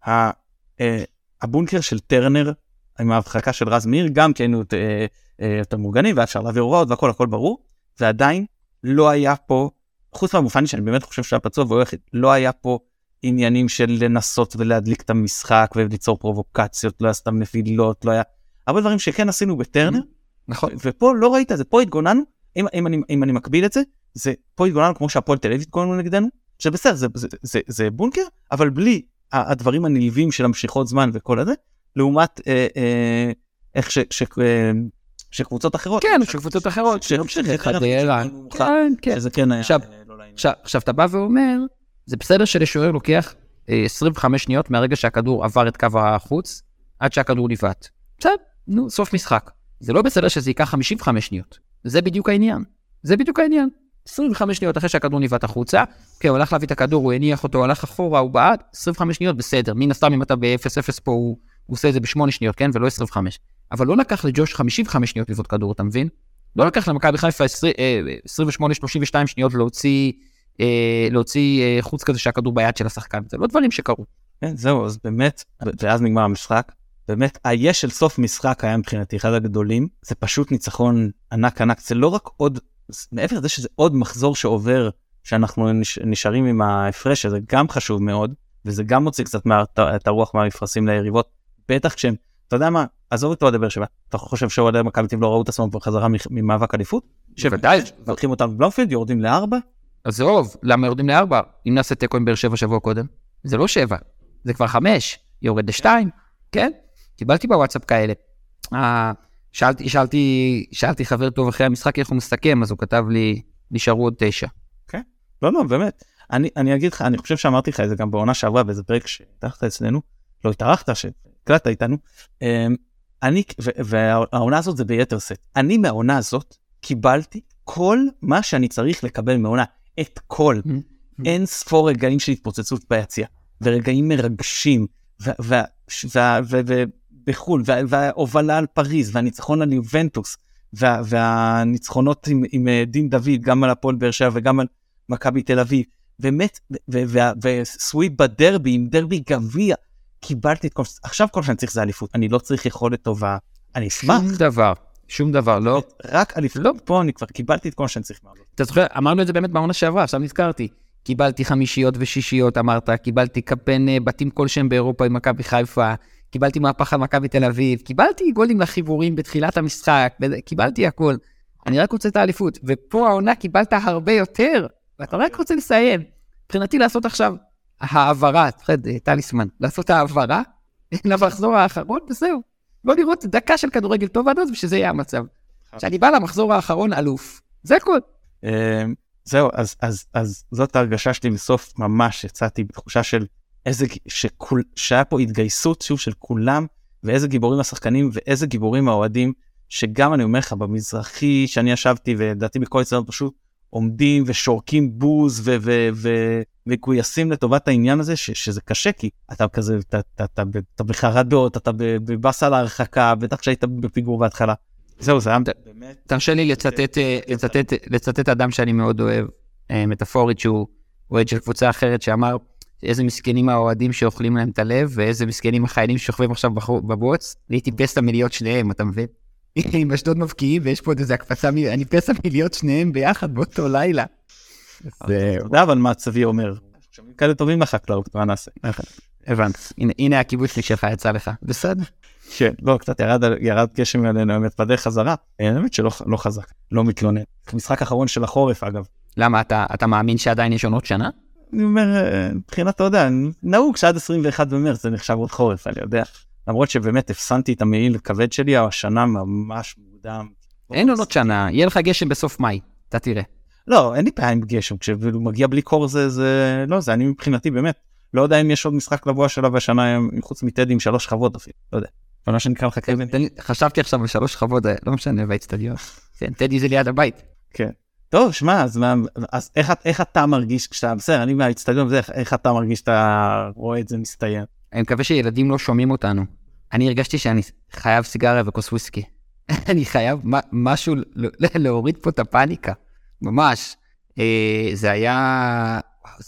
הבונקר של טרנר, עם ההבחקה של רז מאיר, גם כי היינו יותר מורגנים, ואפשר להעביר הוראות והכל, הכל ברור. ועדיין לא היה פה, חוץ מהמופני שאני באמת חושב שהיה פצוע והולכת, לא היה פה עניינים של לנסות ולהדליק את המשחק וליצור פרובוקציות, לא היה סתם נפילות, לא היה, הרבה דברים שכן עשינו בטרנר, נכון. ופה לא ראית את זה, פה התגוננו, אם אני מקביל את זה, זה פה התגוננו כמו שהפועל תל אביב התגוננו נגדנו, שבסדר, זה בונקר, אבל בלי הדברים הנלווים של המשיכות זמן וכל הזה, לעומת איך שקבוצות אחרות. כן, שקבוצות אחרות. שזה כן היה לא לעניין. עכשיו, אתה בא ואומר, זה בסדר שלשוער לוקח 25 שניות מהרגע שהכדור עבר את קו החוץ, עד שהכדור ניווט. בסדר, נו, סוף משחק. זה לא בסדר שזה ייקח 55 שניות. זה בדיוק העניין. 25 שניות אחרי שהכדור ניווט החוצה, כן, הוא הלך להביא את הכדור, הוא הניח אותו, הוא הלך אחורה, הוא בעד, 25 שניות, בסדר. מן הסתם אם אתה ב-0-0 פה, הוא עושה את זה ב8 שניות, כן? ולא 25. אבל לא לקח לג'וש 55 שניות לבעוט כדור, אתה מבין? לא לקח למכבי חיפה 28-32 שניות להוציא חוץ כזה שהכדור ביד של השחקן. זה לא דברים שקרו. כן, זהו, אז באמת, ואז נגמר המשחק, באמת, היש של סוף משחק היה מבחינתי אחד הגדולים, זה פשוט ניצחון ענק, זה לא רק עוד, מעבר לזה שזה עוד מחזור שעובר, שאנחנו נשארים עם ההפרש, שזה גם חשוב מאוד, וזה גם מוציא קצת את הרוח מהמפרשים ליריבות, בטח כשהם, אתה יודע מה, עזוב את אוהדי באר שבע, אתה חושב שאוהדי מכבי תל אביב לא ראו את עצמם בחזרה ממאבק אליפות? שוודאי. לוקחים אותם בבלומפילד, יורדים ל4? אז זהו, למה יורדים ל4? אם נעשה תיקו עם באר שבע שבוע קודם, זה לא 7, זה כבר 5, יורד ל2, כן? קיבלתי בוואטסאפ כאלה. שאלתי חבר טוב אחרי המשחק איך הוא מסתכם, אז הוא כתב לי, נשארו עוד 9. כן, לא, באמת. אני אגיד לך, אני חושב שאמרתי לך את זה גם בעונה שעברה, באיזה פרק שהתארחת אצלנו, לא התארחת, שקלטת איתנו, והעונה הזאת זה ביתר סט. אני מהעונה הזאת קיבלתי כל מה שאני צריך לקבל מהעונה, את כל, אין ספור רגעים של התפוצצות ביציאה, ורגעים מרגשים, ובחול, וההובלה על פריז, והניצחון על יובנטוס, והניצחונות עם דין דוד, גם על הפועל באר שבע וגם על מכבי תל אביב, באמת, וסוויפ בדרבי, עם דרבי גביע, קיבלתי את כל, עכשיו כל שאני צריך זה אליפות, אני לא צריך יכולת טובה, אני אשמח. שום דבר, לא. רק אליפות, פה אני כבר קיבלתי את כל שאני צריך מעלות. אתה זוכר, אמרנו את זה באמת בעונה שעברה, עכשיו נזכרתי. קיבלתי 5 ו6, אמרת, קיבלתי קמפיין בתים כלשהם באירופה עם מכבי חיפה, קיבלתי מהפך על מכבי תל אביב, קיבלתי גולים לחיבורים בתחילת המשחק, קיבלתי הכל. אני רק רוצה את האליפות, ופה העונה קיבלת הרבה יותר, ואתה רק רוצה לסיים. מבחינתי לעשות עכשיו העברה, טליסמן, לעשות העברה, למחזור האחרון, וזהו. לא לראות דקה של כדורגל טוב עד אז, ושזה יהיה המצב. כשאני בא למחזור האחרון אלוף, זה הכל. זהו, אז זאת ההרגשה שלי בסוף ממש יצאתי בתחושה של שהיה פה התגייסות שוב של כולם, ואיזה גיבורים השחקנים ואיזה גיבורים האוהדים, שגם אני אומר לך במזרחי שאני ישבתי ודעתי בכל יצאות פשוט עומדים ושורקים בוז וגויסים לטובת העניין הזה, שזה קשה כי אתה כזה, אתה בחרדות, אתה בבאסה להרחקה, בטח שהיית בפיגור בהתחלה. זהו, זה היה באמת... תרשה לי לצטט אדם שאני מאוד אוהב, מטאפורית, שהוא אוהד של קבוצה אחרת, שאמר איזה מסכנים האוהדים שאוכלים להם את הלב, ואיזה מסכנים החיילים ששוכבים עכשיו בבוץ, אני טיפס את המיליות שניהם, אתה מבין? עם אשדוד מבקיעים, ויש פה עוד איזה הקפצה, אני טיפס את המיליות שניהם ביחד באותו לילה. אתה יודע אבל מה הצבי אומר, כאלה טובים לחקלאות, מה נעשה? הבנת, הנה הקיבוץ שלך יצא לך, בסדר? כן, לא, קצת ירד גשם עלינו, האמת, בדרך חזרה, האמת שלא חזק, לא מתלונן. משחק אחרון של החורף, אגב. למה, אתה מאמין שעדיין יש עונות שנה? אני אומר, מבחינת, אתה יודע, נהוג שעד 21 במרץ זה נחשב עוד חורף, אני יודע. למרות שבאמת הפסנתי את המעיל הכבד שלי, השנה ממש מוקדם. אין עונות שנה, יהיה לך גשם בסוף מאי, אתה תראה. לא, אין לי פעמים גשם, כשהוא מגיע בלי קור זה, לא, זה אני מבחינתי באמת, לא יודע אם יש עוד משחק לבוא השאלה והשנה, חוץ מטדי עם 3 חוות אפילו, לא יודע. מה שנקרא לך קרבן. חשבתי עכשיו ב3 חוות, לא משנה, באצטדיון. כן, טדי זה ליד הבית. כן. טוב, שמע, אז איך אתה מרגיש כשאתה, בסדר, אני מהאצטדיון, איך אתה מרגיש שאתה רואה את זה מסתיים? אני מקווה שילדים לא שומעים אותנו. אני הרגשתי שאני חייב סיגריה וכוס וויסקי. אני חייב משהו להוריד פה את הפאניקה. ממש. זה היה...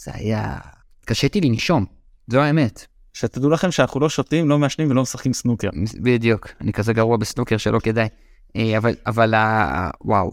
קשיתי לנשום. זו האמת. שתדעו לכם שאנחנו לא שותים, לא מעשנים ולא משחקים סנוקר. בדיוק. אני כזה גרוע בסנוקר שלא כדאי. אבל וואו.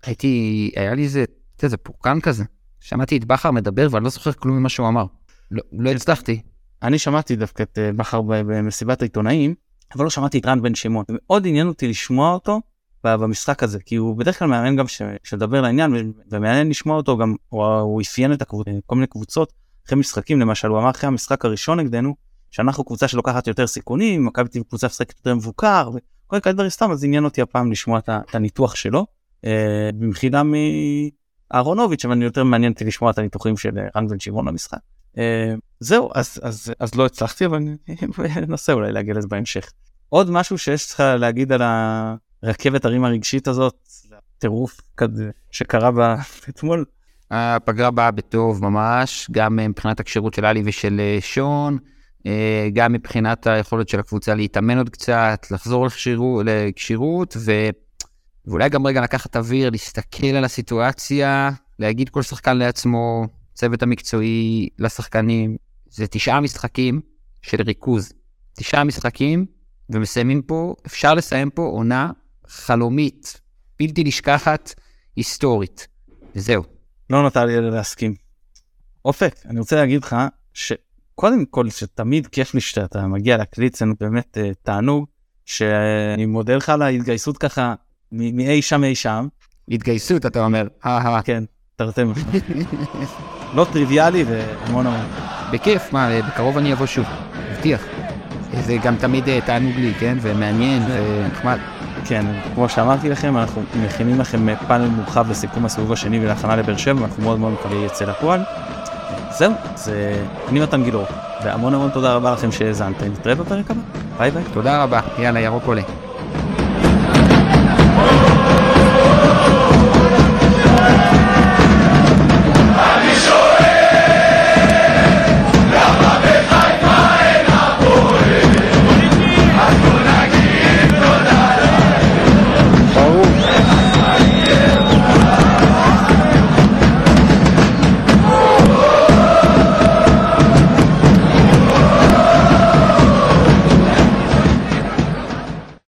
היה לי איזה פורקן כזה. שמעתי את בכר מדבר, ואני לא זוכר כלום ממה שהוא אמר. לא הצלחתי. אני שמעתי דווקא את בכר במסיבת העיתונאים, אבל לא שמעתי את רן בן שמעון. מאוד עניין אותי לשמוע אותו במשחק הזה, כי הוא בדרך כלל מעניין גם שדבר לעניין, ומעניין לשמוע אותו גם, הוא אפיין את כל מיני קבוצות, אחרי משחקים, למשל, הוא אמר אחרי המשחק הראשון נגדנו, שאנחנו קבוצה שלוקחת יותר סיכונים, מכבי תל אביב קבוצה משחקת יותר מבוקר, וכל כך דברים סתם, אז עניין אותי הפעם לשמוע את הניתוח שלו, במחילה מאהרונוביץ', אבל אני יותר מעניין אותי לשמוע את הניתוחים של רן בן שמעון למשחק. זהו, אז לא הצלחתי, אבל ננסה אולי להגיע לזה בהמשך. עוד משהו שיש צריך להגיד על הרכבת הרים הרגשית הזאת, טירוף כזה שקרה אתמול. הפגרה באה בטוב ממש, גם מבחינת הקשירות של אלי ושל שון, גם מבחינת היכולת של הקבוצה להתאמן עוד קצת, לחזור לקשירות, ואולי גם רגע לקחת אוויר, להסתכל על הסיטואציה, להגיד כל שחקן לעצמו, צוות המקצועי לשחקנים, זה 9 משחקים של ריכוז. 9 משחקים, ומסיימים פה, אפשר לסיים פה עונה חלומית, בלתי נשכחת, היסטורית. וזהו. לא נותר לי להסכים. אופק, אני רוצה להגיד לך, שקודם כל, שתמיד כיף לי שאתה מגיע להקליט, זה באמת תענוג, שאני מודה לך על ההתגייסות ככה, מאי שם. התגייסות, אתה אומר. כן, תרתם. לא טריוויאלי והמון המון. בכיף, בקרוב אני אבוא שוב, מבטיח. זה גם תמיד תענוג לי, כן? ומעניין ונחמד. כן, כמו שאמרתי לכם, אנחנו מכינים לכם פאנל מורחב לסיכום הסיבוב השני ולהכנה לבאר שבע, ואנחנו מאוד מאוד מקווים יצא לפועל. זהו, אני מתן גילאור, והמון המון תודה רבה לכם שהאזנתם. נתראה בפרק הבא. ביי ביי. תודה רבה, יאללה, ירוק עולה.